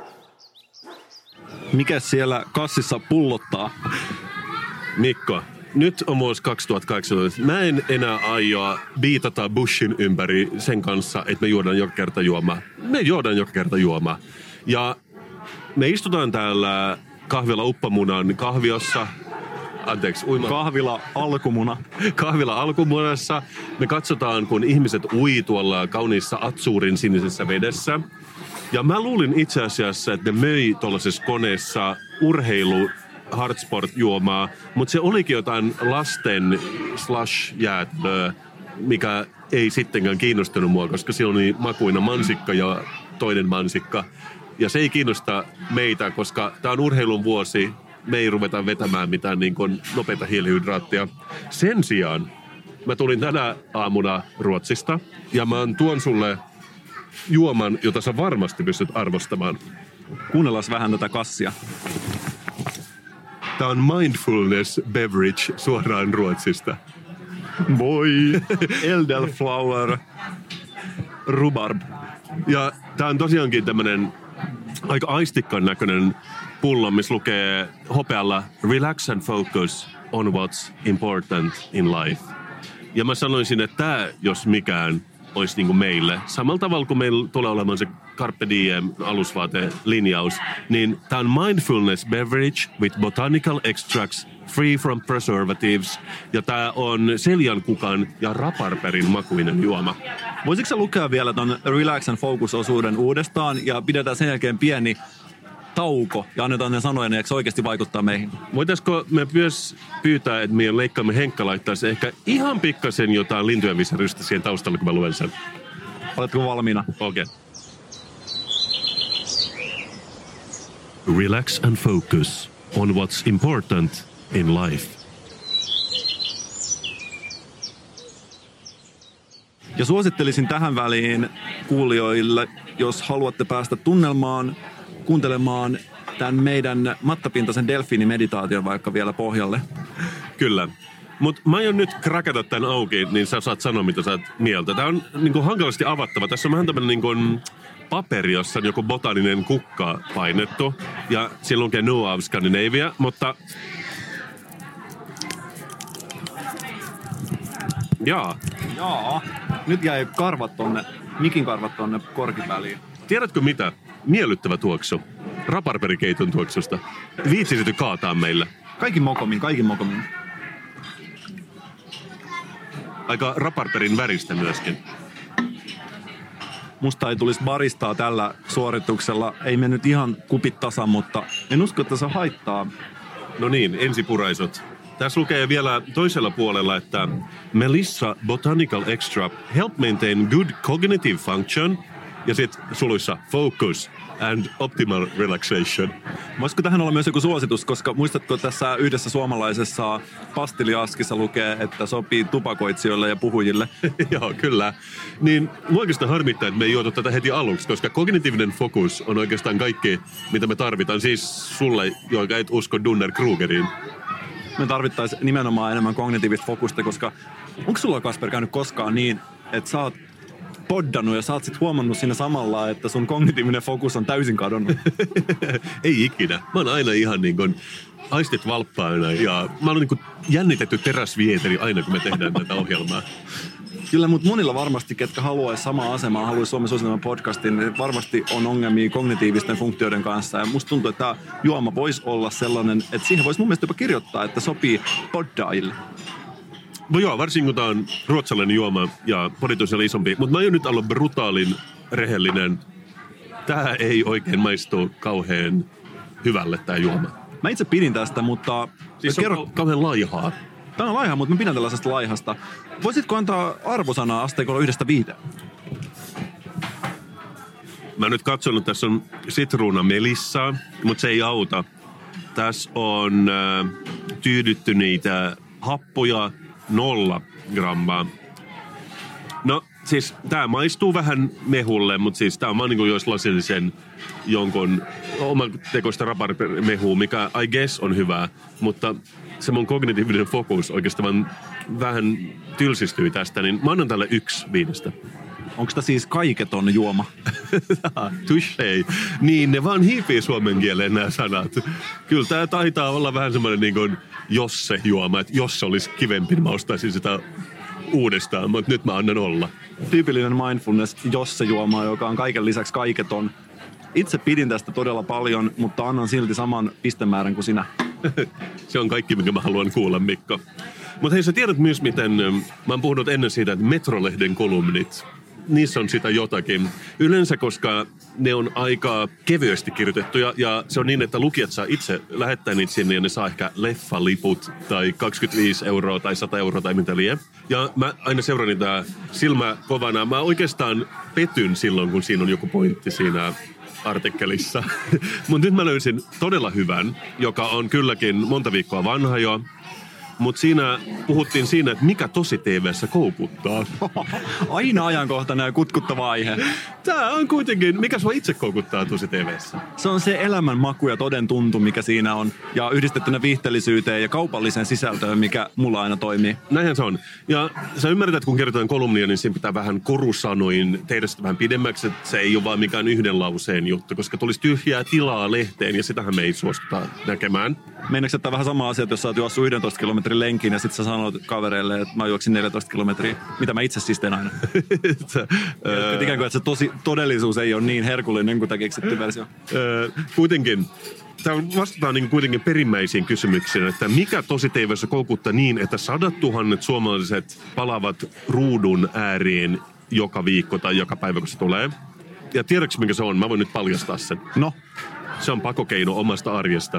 Mikä siellä kassissa pullottaa? Mikko, nyt on vuosi 2018. Mä en enää aio biitata bushin ympäri sen kanssa, että me juodaan joka kerta juomaa. Me juodaan joka kerta juomaa. Ja me istutaan täällä kahvila Uppamunan kahviossa. Kahvila Alkumuna. Kahvila Alkumunassa. Me katsotaan, kun ihmiset ui tuolla kauniissa Atsuurin sinisessä vedessä. Ja mä luulin itse asiassa, että ne möi tuollaisessa koneessa hardsport-juomaa, mutta se olikin jotain lasten slush-jäätelöä, mikä ei sittenkään kiinnostunut mua, koska siellä oli makuina mansikka ja toinen mansikka. Ja se ei kiinnosta meitä, koska tämä on urheilun vuosi. Me ei ruveta vetämään mitään niin kuin nopeita hiilihydraattia. Sen sijaan mä tulin tänä aamuna Ruotsista ja mä tuon sulle juoman, jota sä varmasti pystyt arvostamaan. Kuunnellaan vähän tätä kassia. Tää on mindfulness beverage suoraan Ruotsista. Voi! Elderflower rhubarb. Ja tää on tosiaankin tämmönen aika aistikkaan näköinen pullo, missä lukee hopealla Relax and focus on what's important in life. Ja mä sanoisin, että tää, jos mikään, olisi niinku meille. Samalla tavalla kuin meillä tulee olemaan se Carpe Diem alusvaatelinjaus, niin tää on mindfulness beverage with botanical extracts free from preservatives. Ja tää on seljankukan ja raparperin makuinen juoma. Voisitko sä lukea vielä ton Relax and Focus-osuuden uudestaan ja pidetään sen jälkeen pieni tauko ja annetaan ne sanoja, niin eikö se oikeasti vaikuttaa meihin? Voitaisko me myös pyytää, että meidän leikkaamme Henkka laittaisi ehkä ihan pikkasen jotain lintujen visarystä siihen taustalla, kun mä luen sen? Oletko valmiina? Okei. Relax and focus on what's important in life. Ja suosittelisin tähän väliin kuulijoille, jos haluatte päästä tunnelmaan, kuuntelemaan tämän meidän mattapintaisen delfiinimeditaation vaikka vielä pohjalle. Kyllä. Mutta mä aion nyt krakata tämän auki, niin sä saat sanoa, mitä sä oot mieltä. Tää on niinku hankalasti avattava. Tässä on vähän tämmönen niinku paperi, jossa on joku botaninen kukka painettu. Ja siellä lukee No of Scandinavia, mutta... Jaa. Nyt jäi mikin karvat tonne korkiväliin. Tiedätkö mitä? Miellyttävä tuoksu. Raparperikeiton tuoksusta. Viitsisity kaataa meille. Kaikin mokomin. Aika raparperin väristä myöskin. Musta ei tulisi baristaa tällä suorituksella. Ei me nyt ihan kupit tasan, mutta en usko, että se haittaa. No niin, ensipuraisot. Tässä lukee vielä toisella puolella, että Melissa Botanical Extra help maintain good cognitive function ja sitten suluissa focus and optimal relaxation. Voisiko tähän olla myös joku suositus, koska muistatko tässä yhdessä suomalaisessa pastiliaskissa lukee, että sopii tupakoitsijoille ja puhujille? Joo, kyllä. Niin oikeastaan harmittaa, että me ei juotu tätä heti aluksi, koska kognitiivinen fokus on oikeastaan kaikki, mitä me tarvitaan. Siis sulle, joka et usko Dunner Krugeriin. Me tarvittaisiin nimenomaan enemmän kognitiivista fokusta, koska onko sulla, Kasper, käynyt koskaan niin, että sä oot poddannut ja sä oot sit huomannut siinä samalla, että sun kognitiivinen fokus on täysin kadonnut? Ei ikinä. Mä oon aina ihan niin kuin aistit valppaina ja mä oon niin kuin jännitetty teräsvieteri aina, kun me tehdään tätä ohjelmaa. Kyllä, mutta monilla varmasti, ketkä haluaisi samaa asemaa, haluaisi Suomen suositelman podcastin, niin varmasti on ongelmia kognitiivisten funktioiden kanssa. Ja musta tuntuu, että tämä juoma voisi olla sellainen, että siihen voisi mun mielestä jopa kirjoittaa, että sopii poddaille. No joo, varsinkin kun tää on ruotsalainen juoma ja poditus oli isompi. Mutta mä aion nyt olla brutaalin rehellinen. Tää ei oikein maistu kauhean hyvälle tää juoma. Mä itse pidin tästä, mutta... Siis on kauhean laihaa. Tämä on laiha, mutta mä pidän tällaisesta laihasta. Voisitko antaa arvosanaa asteikolla 1-5? Mä nyt katsonut, tässä on sitruuna melissaa, mutta se ei auta. Tässä on tyydyttyneitä happoja 0 grammaa. No siis tää maistuu vähän mehulle, mutta siis tää on vaan niinku jos lasillisen jonkun oman tekoista raparmehua, mikä I guess on hyvää, mutta se mun kognitiivinen fokus oikeastaan vähän tylsistyy tästä, niin mä annan tälle 1/5. Onko tämä siis kaiketon juoma? Touché. Niin, ne vaan hiipii suomen kieleen nämä sanat. Kyllä tää taitaa olla vähän semmoinen niin kuin jos se juoma, että jos se olisi kivempi, niin mä ostaisin sitä uudestaan, mutta nyt mä annan olla. Tyypillinen mindfulness, jos se juoma, joka on kaiken lisäksi kaiketon. Itse pidin tästä todella paljon, mutta annan silti saman pistemäärän kuin sinä. Se on kaikki, minkä mä haluan kuulla, Mikko. Mutta hei, sä tiedät myös, miten... Mä oon puhunut ennen siitä, että Metrolehden kolumnit niissä on sitä jotakin. Yleensä, koska ne on aika kevyesti kirjoitettuja ja se on niin, että lukijat saa itse lähettää niitä sinne ja ne saa ehkä leffaliput tai 25 € tai 100 € tai mitä liian. Ja mä aina seuraan niitä silmä kovana. Mä oikeastaan petyn silloin, kun siinä on joku pointti siinä artikkelissa. Mutta nyt mä löysin todella hyvän, joka on kylläkin monta viikkoa vanha jo. Mutta siinä puhuttiin siinä, että mikä tosi TV:ssä koukuttaa. Aina ajankohtainen ja kutkuttava aihe. Tää on kuitenkin, mikä sua itse koukuttaa tosi TV:ssä? Se on se elämän maku ja toden tuntu, mikä siinä on. Ja yhdistettynä viihteellisyyteen ja kaupalliseen sisältöön, mikä mulla aina toimii. Näinhän se on. Ja sä ymmärrät, että kun kerrotaan kolumnia, niin siinä pitää vähän korusanoin tehdä sitä vähän pidemmäksi. Että se ei ole vaan mikään yhden lauseen juttu, koska tulisi tyhjää tilaa lehteen ja sitähän me ei suostuta näkemään. Meinaatko, että vähän sama asia, että jos sä oot juossut 11 kilometrin lenkin ja sit sä sanot kavereille, että mä juoksin 14 kilometriä, mitä mä itse siis teen aina. Ikään kuin, että se todellisuus ei ole niin herkullinen kuin tämä keksitty versio. Kuitenkin. Tämä vastataan niin kuitenkin perimmäisiin kysymyksiin, että mikä tosi TV:ssä koukuttaa niin, että 100 000 suomalaiset palaavat ruudun ääriin joka viikko tai joka päivä, kun se tulee. Ja tiedätkö, mikä se on? Mä voin nyt paljastaa sen. No? Se on pakokeino omasta arjesta.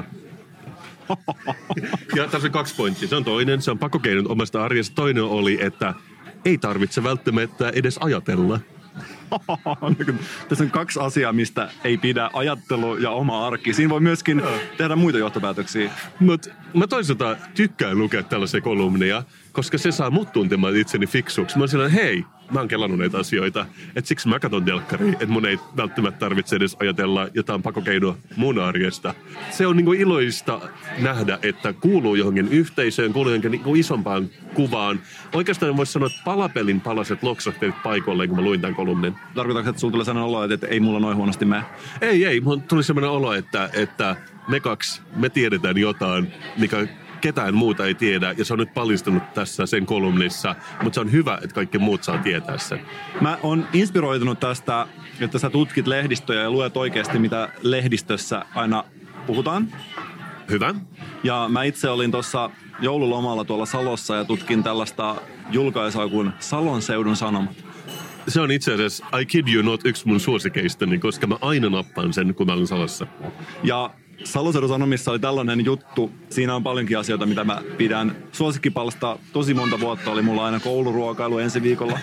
Ja tässä on 2 pointtia. Se on toinen, se on pakokeino omasta arjesta. Toinen oli, että ei tarvitse välttämättä edes ajatella. Tässä on 2 asiaa, mistä ei pidä: ajattelu ja oma arki. Siinä voi myöskin tehdä muita johtopäätöksiä. Mutta mä toisaalta tykkään lukea tällaisia kolumneja, koska se saa mut tuntemaan itseni fiksuksi. Mä oon sellainen, hei, mä oon kelannut näitä asioita. Että siksi mä katson delkkaria, että mun ei välttämättä tarvitse edes ajatella jotain pakokeinoa mun arjesta. Se on niinku iloista nähdä, että kuuluu johonkin yhteisöön, kuuluu johonkin niinku isompaan kuvaan. Oikeastaan voisi sanoa, että palapelin palaset loksahtelit paikoilleen, kun mä luin tämän kolumnin. Tarkoitatko, että sulla tulee sellainen olo, että ei mulla noin huonosti mene? Ei. Mun tuli sellainen olo, että me 2, me tiedetään jotain, mikä ketään muuta ei tiedä, ja se on nyt paljastunut tässä sen kolumnissa, mutta se on hyvä, että kaikki muut saa tietää sen. Mä oon inspiroitunut tästä, että sä tutkit lehdistöjä ja luet oikeasti, mitä lehdistössä aina puhutaan. Hyvä. Ja mä itse olin tuossa joululomalla tuolla Salossa ja tutkin tällaista julkaisua kuin Salon seudun sanomat. Se on itse asiassa, I kid you not, yksi mun suosikeistani, koska mä aina nappaan sen, kun mä olen Salossa. Ja Salon seudun sanomissa oli tällainen juttu. Siinä on paljonkin asioita, mitä mä pidän. Suosikkipalsta tosi monta vuotta oli mulla aina kouluruokailu ensi viikolla.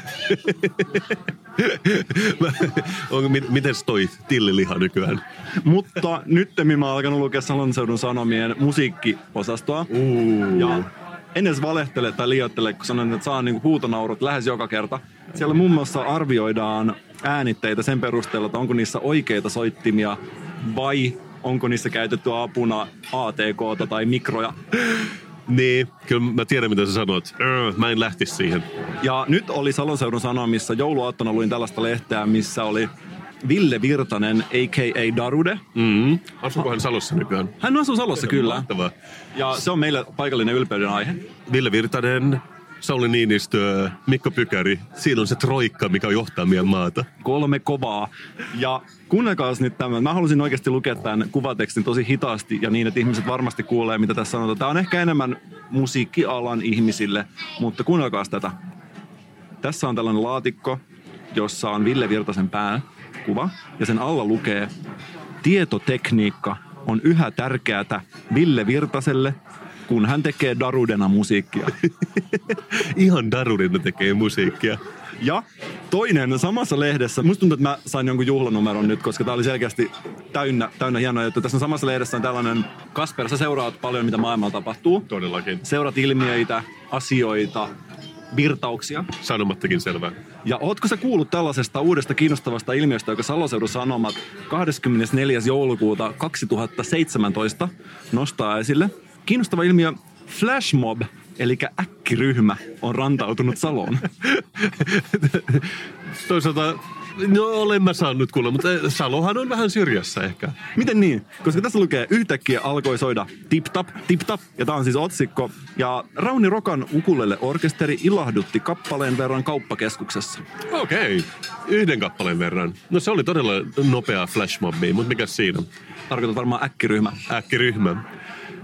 Mites toi tilliliha nykyään? Mutta nyttemmin mä oon alkanut lukea Salon seudun sanomien musiikkiosastoa. Ja en edes valehtele tai liioittele, kun sanon, että saan niinku huutonaurut lähes joka kerta. Siellä muun muassa arvioidaan äänitteitä sen perusteella, että onko niissä oikeita soittimia vai onko niissä käytetty apuna ATK:ta tai mikroja. Niin, kyllä mä tiedän mitä sä sanot. Mä en lähtisi siihen. Ja nyt oli Salon seudun sanomissa, jouluaattona luin tällaista lehteä, missä oli Ville Virtanen, a.k.a. Darude. Asuuko hän Salossa nykyään? Hän asuu Salossa, kyllä. Mahtavaa. Ja se on meille paikallinen ylpeyden aihe. Ville Virtanen, Sauli Niinistö, Mikko Pykäri. Siinä on se troikka, mikä johtaa meidän maata. 3 kovaa. Ja kuunnelkaas nyt tämän. Mä halusin oikeasti lukea tämän kuvatekstin tosi hitaasti ja niin, että ihmiset varmasti kuulee, mitä tässä sanotaan. Tämä on ehkä enemmän musiikkialan ihmisille, mutta kuunnelkaas tätä. Tässä on tällainen laatikko, jossa on Ville Virtasen pääkuva ja sen alla lukee: tietotekniikka on yhä tärkeätä Ville Virtaselle, kun hän tekee Darudena musiikkia. Ihan Darudena tekee musiikkia. Ja toinen samassa lehdessä, musta tuntuu, että mä sain jonkun juhlanumeron nyt, koska tää oli selkeästi täynnä hienoa juttu. Tässä samassa lehdessä on tällainen: Kasper, sä seuraat paljon, mitä maailmalla tapahtuu. Todellakin. Seuraat ilmiöitä, asioita, virtauksia. Sanomattakin selvää. Ja ootko sä kuullut tällaisesta uudesta kiinnostavasta ilmiöstä, joka Salon seudun sanomat 24. joulukuuta 2017 nostaa esille? Kiinnostava ilmiö: flashmob, eli äkkiryhmä, on rantautunut Saloon. Toisaalta, no olen mä saanut kuulla, mutta Salohan on vähän syrjässä ehkä. Miten niin? Koska tässä lukee: yhtäkkiä alkoi soida tip-tap, tip-tap, ja tää on siis otsikko. Ja Rauni Rokan ukulele-orkesteri ilahdutti kappaleen verran kauppakeskuksessa. Okei, 1 kappaleen verran. No se oli todella nopea flashmobbi, mutta mikä siinä? Tarkoitat varmaan äkkiryhmä. Äkkiryhmä.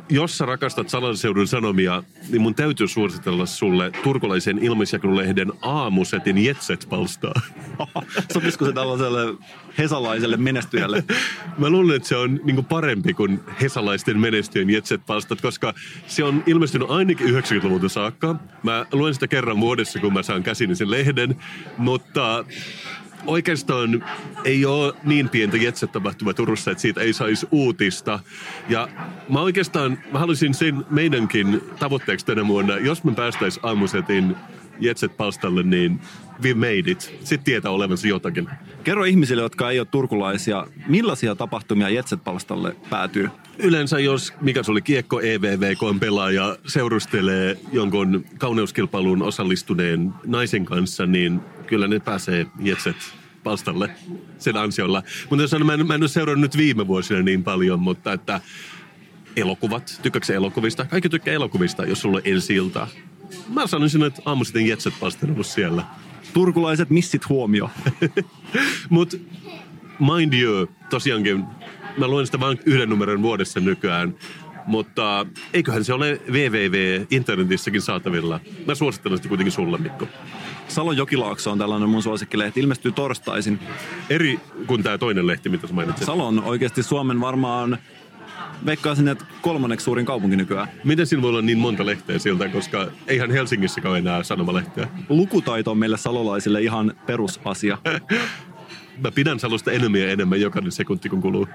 jos sä rakastat Salonseudun Sanomia, niin mun täytyy suositella sulle turkulaisen ilmaisjakelulehden Aamusetin Jetset-palstaa. Sopisiko se tällaiselle hesalaiselle menestyjälle? Mä luulen, että se on niinku parempi kuin hesalaisten menestyjien Jetset-palstat, koska se on ilmestynyt ainakin 90-luvulta saakka. Mä luen sitä kerran vuodessa, kun mä saan käsini sen lehden, mutta oikeastaan ei ole niin pientä Jetset-tapahtumaa Turussa, että siitä ei saisi uutista. Ja mä haluaisin sen meidänkin tavoitteeksi tänä vuonna, jos me päästäisiin Aamusetin Jetset-palstalle, niin we made it. Sitten tietää olevansa jotakin. Kerro ihmisille, jotka ei ole turkulaisia, millaisia tapahtumia Jetset-palstalle päätyy? Yleensä jos, mikä se oli, kiekko EVVK-pelaaja seurustelee jonkun kauneuskilpailuun osallistuneen naisen kanssa, niin kyllä ne pääsee Jetset-palstalle sen ansiolla. Mutta jos mä en ole seurannut nyt viime vuosina niin paljon, mutta että elokuvat, tykkääksä elokuvista? Kaikki tykkää elokuvista, jos sulla on ensi-iltaa. Mä sanoisin, että Aamusetin Jetset-palsta on ollut siellä. Turkulaiset missit huomio. Mut mind you, tosiaankin, mä luen sitä vain 1 numeron vuodessa nykyään, mutta eiköhän se ole www.internetissäkin saatavilla. Mä suosittelen sitä kuitenkin sulle, Mikko. Salon Jokilaakso on tällainen mun suosikkilehti. Ilmestyy torstaisin. Eri kuin tää toinen lehti, mitä sä mainitsit. Salo on oikeasti Suomen varmaan, veikkaisin, että 3. suurin kaupunki nykyään. Miten siinä voi olla niin monta lehteä siltä, koska eihän Helsingissäkään ole enää sanomalehteä? Lukutaito on meille salolaisille ihan perusasia. Mä pidän Salosta enemmän ja enemmän jokainen sekunti, kun kuluu.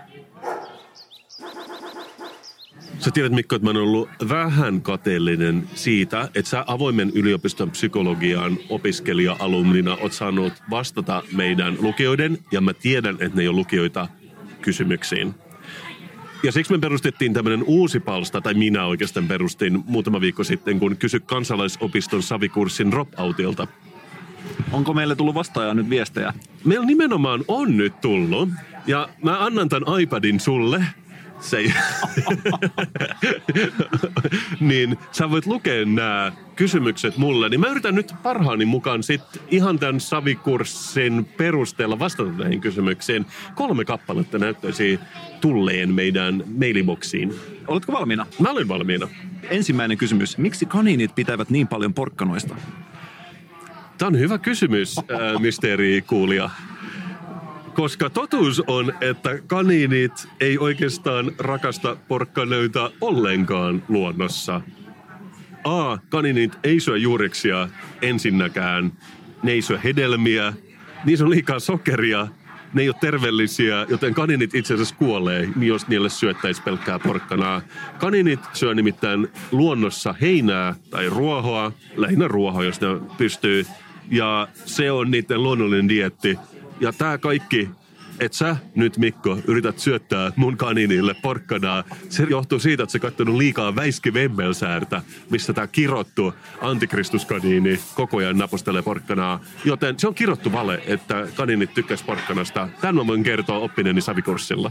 Sä tiedät, Mikko, että mä oon ollut vähän kateellinen siitä, että sä avoimen yliopiston psykologian opiskelija-alumnina oot saanut vastata meidän lukijoiden, ja mä tiedän, että ne ei ole lukijoita, kysymyksiin. Ja siksi me perustettiin tämmöinen uusi palsta, tai minä oikeastaan perustin muutama viikko sitten, kun kysy kansalaisopiston savikurssin drop-outilta. Onko meille tullut vastaajaa nyt viestejä? Meillä nimenomaan on nyt tullut, ja mä annan tämän iPadin sulle. Niin sä voit lukea nämä kysymykset mulle, niin mä yritän nyt parhaani mukaan sit ihan tämän savikurssin perusteella vastata näihin kysymyksiin. 3 kappaletta näyttäisi tulleen meidän mailiboksiin. Oletko valmiina? Mä olen valmiina. Ensimmäinen kysymys. Miksi kaniinit pitävät niin paljon porkkanoista? Tämä on hyvä kysymys, mysteerikuulija. Koska totuus on, että kaniinit ei oikeastaan rakasta porkkanoita ollenkaan luonnossa. Kaniinit ei syö juureksia ensinnäkään. Ne ei syö hedelmiä. Niissä on liikaa sokeria. Ne ei ole terveellisiä, joten kaniinit itse asiassa kuolee, jos niille syöttäisi pelkkää porkkanaa. Kaniinit syö nimittäin luonnossa heinää tai ruohoa, lähinnä ruohoa, jos ne pystyy. Ja se on niiden luonnollinen dieetti. Ja tää kaikki, että sä nyt, Mikko, yrität syöttää mun kaniinille porkkanaa, se johtuu siitä, että sä katsonut liikaa Väiski Vemmelsäärtä, missä tää kirottu antikristuskaniini koko ajan napostelee porkkanaa. Joten se on kirottu vale, että kaniinit tykkäis porkkanasta. Tän mä voin kertoa oppineeni savikurssilla.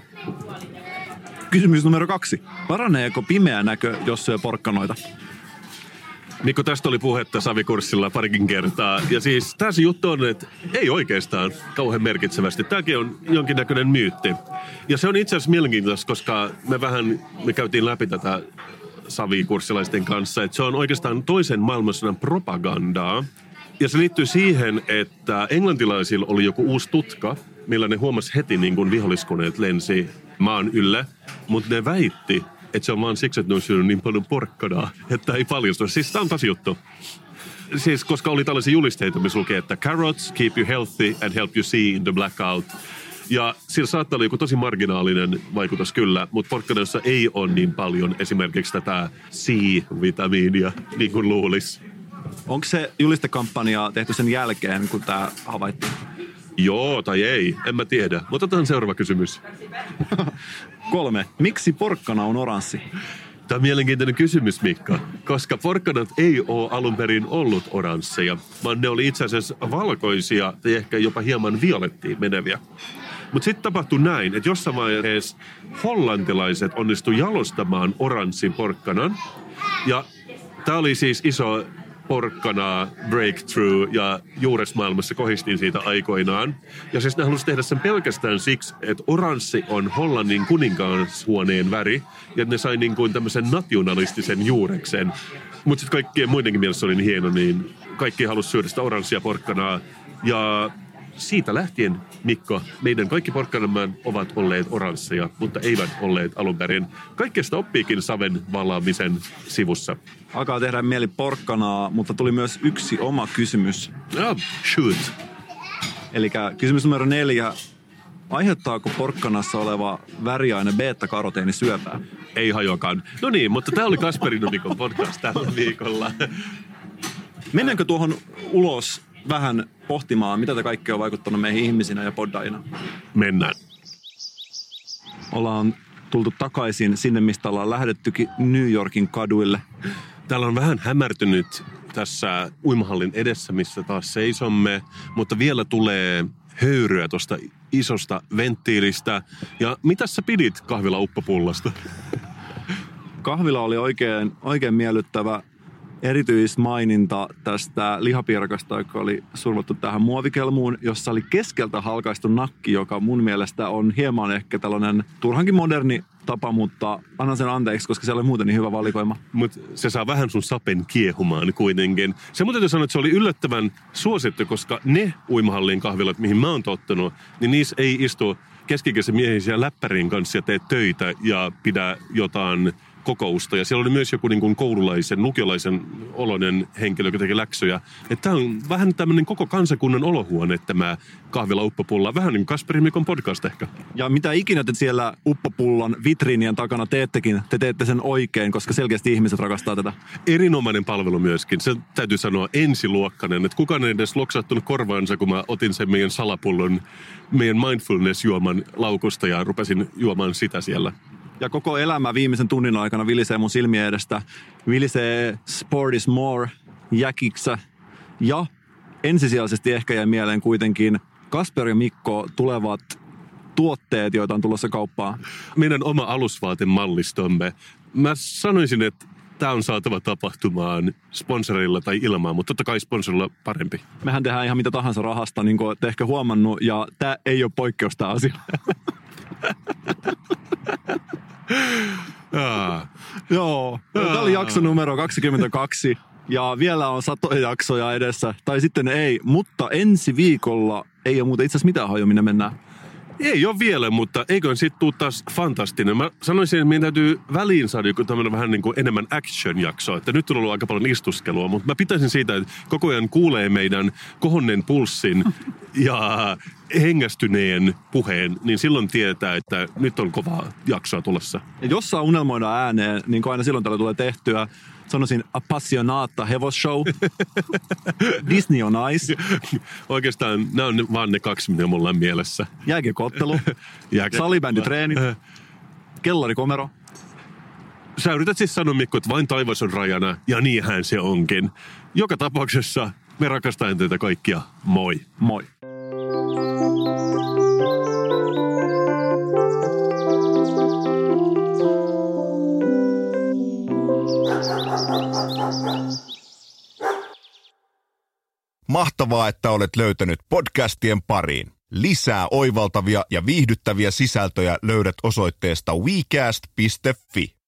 Kysymys numero 2. Paraneeko pimeä näkö, jos syö porkkanoita? Mikko, tästä oli puhetta savikurssilla parikin kertaa. Ja siis tässä juttu on, että ei oikeastaan kauhean merkitsevästi. Tämäkin on jonkinnäköinen myytti. Ja se on itse asiassa mielenkiintoista, koska me käytiin läpi tätä savikurssilaisten kanssa, että se on oikeastaan toisen maailmansodan propagandaa. Ja se liittyy siihen, että englantilaisilla oli joku uusi tutka, millä ne huomasi heti niin kuin viholliskoneet lensi maan ylle, mutta ne väitti, että se on vaan siksi, että ne on syönyt niin paljon porkkanaa, että ei paljastu. Siis tämä on taas juttu. Siis koska oli tällaisia julisteita, missä lukee, että carrots keep you healthy and help you see in the blackout. Ja sillä saattaa olla joku tosi marginaalinen vaikutus kyllä, mutta porkkanassa ei ole niin paljon esimerkiksi tätä C-vitamiinia, niin kuin luulisi. Onko se julistekampanja tehty sen jälkeen, kun tämä havaittiin? Joo tai ei, en mä tiedä. Mutta otetaan seuraava kysymys. 3. Miksi porkkana on oranssi? Tämä on mielenkiintoinen kysymys, Mikka, koska porkkanat ei ole alun perin ollut oransseja, vaan ne oli itse asiassa valkoisia tai ehkä jopa hieman violettiin meneviä. Mutta sitten tapahtui näin, että jossain vaiheessa hollantilaiset onnistu jalostamaan oranssin porkkanan. Ja tämä oli siis iso porkkana, breakthrough ja juuresmaailmassa kohistin siitä aikoinaan. Ja siis ne halusi tehdä sen pelkästään siksi, että oranssi on Hollannin kuninkaanhuoneen väri ja ne sai niin kuin tämmöisen nationalistisen juureksen. Mutta sitten kaikkien muidenkin mielessä oli niin hieno, niin kaikki halusi syödä sitä oranssia porkkanaa. Ja siitä lähtien, Mikko, meidän kaikki porkkanamme ovat olleet oransseja, mutta eivät olleet alun perin. Kaikkesta oppiikin saven valaamisen sivussa. Alkaa tehdä mieli porkkanaa, mutta tuli myös yksi oma kysymys. Shoot. Eli kysymys numero 4. Aiheuttaako porkkanassa oleva väriaine beta-karoteeni syöpää? Ei hajoakaan. No niin, mutta tämä oli Kasperin Mikon podcast tällä viikolla. Mennäänkö tuohon ulos vähän pohtimaan, mitä te kaikki on vaikuttanut meihin ihmisinä ja poddaina? Mennään. Ollaan tultu takaisin sinne, mistä ollaan lähdettykin New Yorkin kaduille. Täällä on vähän hämärtynyt tässä uimahallin edessä, missä taas seisomme, mutta vielä tulee höyryä tuosta isosta venttiilistä. Ja mitä sä pidit kahvila uppopullasta? Kahvila oli oikein miellyttävä. Erityismaininta tästä lihapiirakasta, joka oli survottu tähän muovikelmuun, jossa oli keskeltä halkaistu nakki, joka mun mielestä on hieman ehkä tällainen turhankin moderni tapa, mutta annan sen anteeksi, koska se oli muuten niin hyvä valikoima. Mutta se saa vähän sun sapen kiehumaan kuitenkin. Se muuten sanoa, että se oli yllättävän suosittu, koska ne uimahallin kahvilat, mihin mä oon tottunut, niin niissä ei istu keskikäisen miehisiä läppärin kanssa ja tee töitä ja pidä jotain kokousta. Ja siellä oli myös joku niin kuin koululaisen, lukiolaisen oloinen henkilö, joka teki läksyjä. Että tämä on vähän tämmöinen koko kansakunnan olohuone, tämä kahvila uppopulla. Vähän niin kuin Kasperin Mikon podcast ehkä. Ja mitä ikinä te siellä uppopullan vitriinien takana teettekin, te teette sen oikein, koska selkeästi ihmiset rakastaa tätä. Erinomainen palvelu myöskin. Se täytyy sanoa ensiluokkainen. Että kukaan ei edes loksattunut korvaansa, kun mä otin sen meidän salapullon, meidän mindfulness-juoman laukusta ja rupesin juomaan sitä siellä. Ja koko elämä viimeisen tunnin aikana vilisee mun silmien edestä. Vilisee Sport is More jäkiksä. Ja ensisijaisesti ehkä jäi mieleen kuitenkin Kasper ja Mikko tulevat tuotteet, joita on tulossa kauppaan. Meidän oma alusvaatemallistomme. Mä sanoisin, että tämä on saatava tapahtumaan sponsorilla tai ilman, mutta totta kai sponsorilla parempi. Mehän tehdään ihan mitä tahansa rahasta, niin kuin olette ehkä huomannut, ja tämä ei ole poikkeus tämä asia. Joo, tämä oli jakso numero 22 ja vielä on satoja jaksoja edessä, tai sitten ei, mutta ensi viikolla ei ole muuta itse asiassa mitään hajua, minne mennään. Ei ole vielä, mutta eiköhän siitä tule taas fantastinen. Mä sanoisin, että meidän täytyy väliin saada joku tämmöinen vähän niin kuin enemmän action-jakso. Että nyt on ollut aika paljon istuskelua, mutta mä pitäisin siitä, että koko ajan kuulee meidän kohonneen pulssin ja hengästyneen puheen, niin silloin tietää, että nyt on kovaa jaksoa tulossa. Ja jos saa unelmoida ääneen, niin kuin aina silloin tällä tulee tehtyä, sanoisin appassionata hevosshow. Disney on nice. Oikeastaan nämä on vaan ne 2, mitä mulla on mielessä. Jääkiekottelu, salibänditreenit, kellarikomero. Sä yrität siis sanoa, Mikko, että vain taivas on rajana, ja niinhän se onkin. Joka tapauksessa me rakastamme teitä kaikkia. Moi. Moi. Mahtavaa, että olet löytänyt podcastien pariin. Lisää oivaltavia ja viihdyttäviä sisältöjä löydät osoitteesta wecast.fi.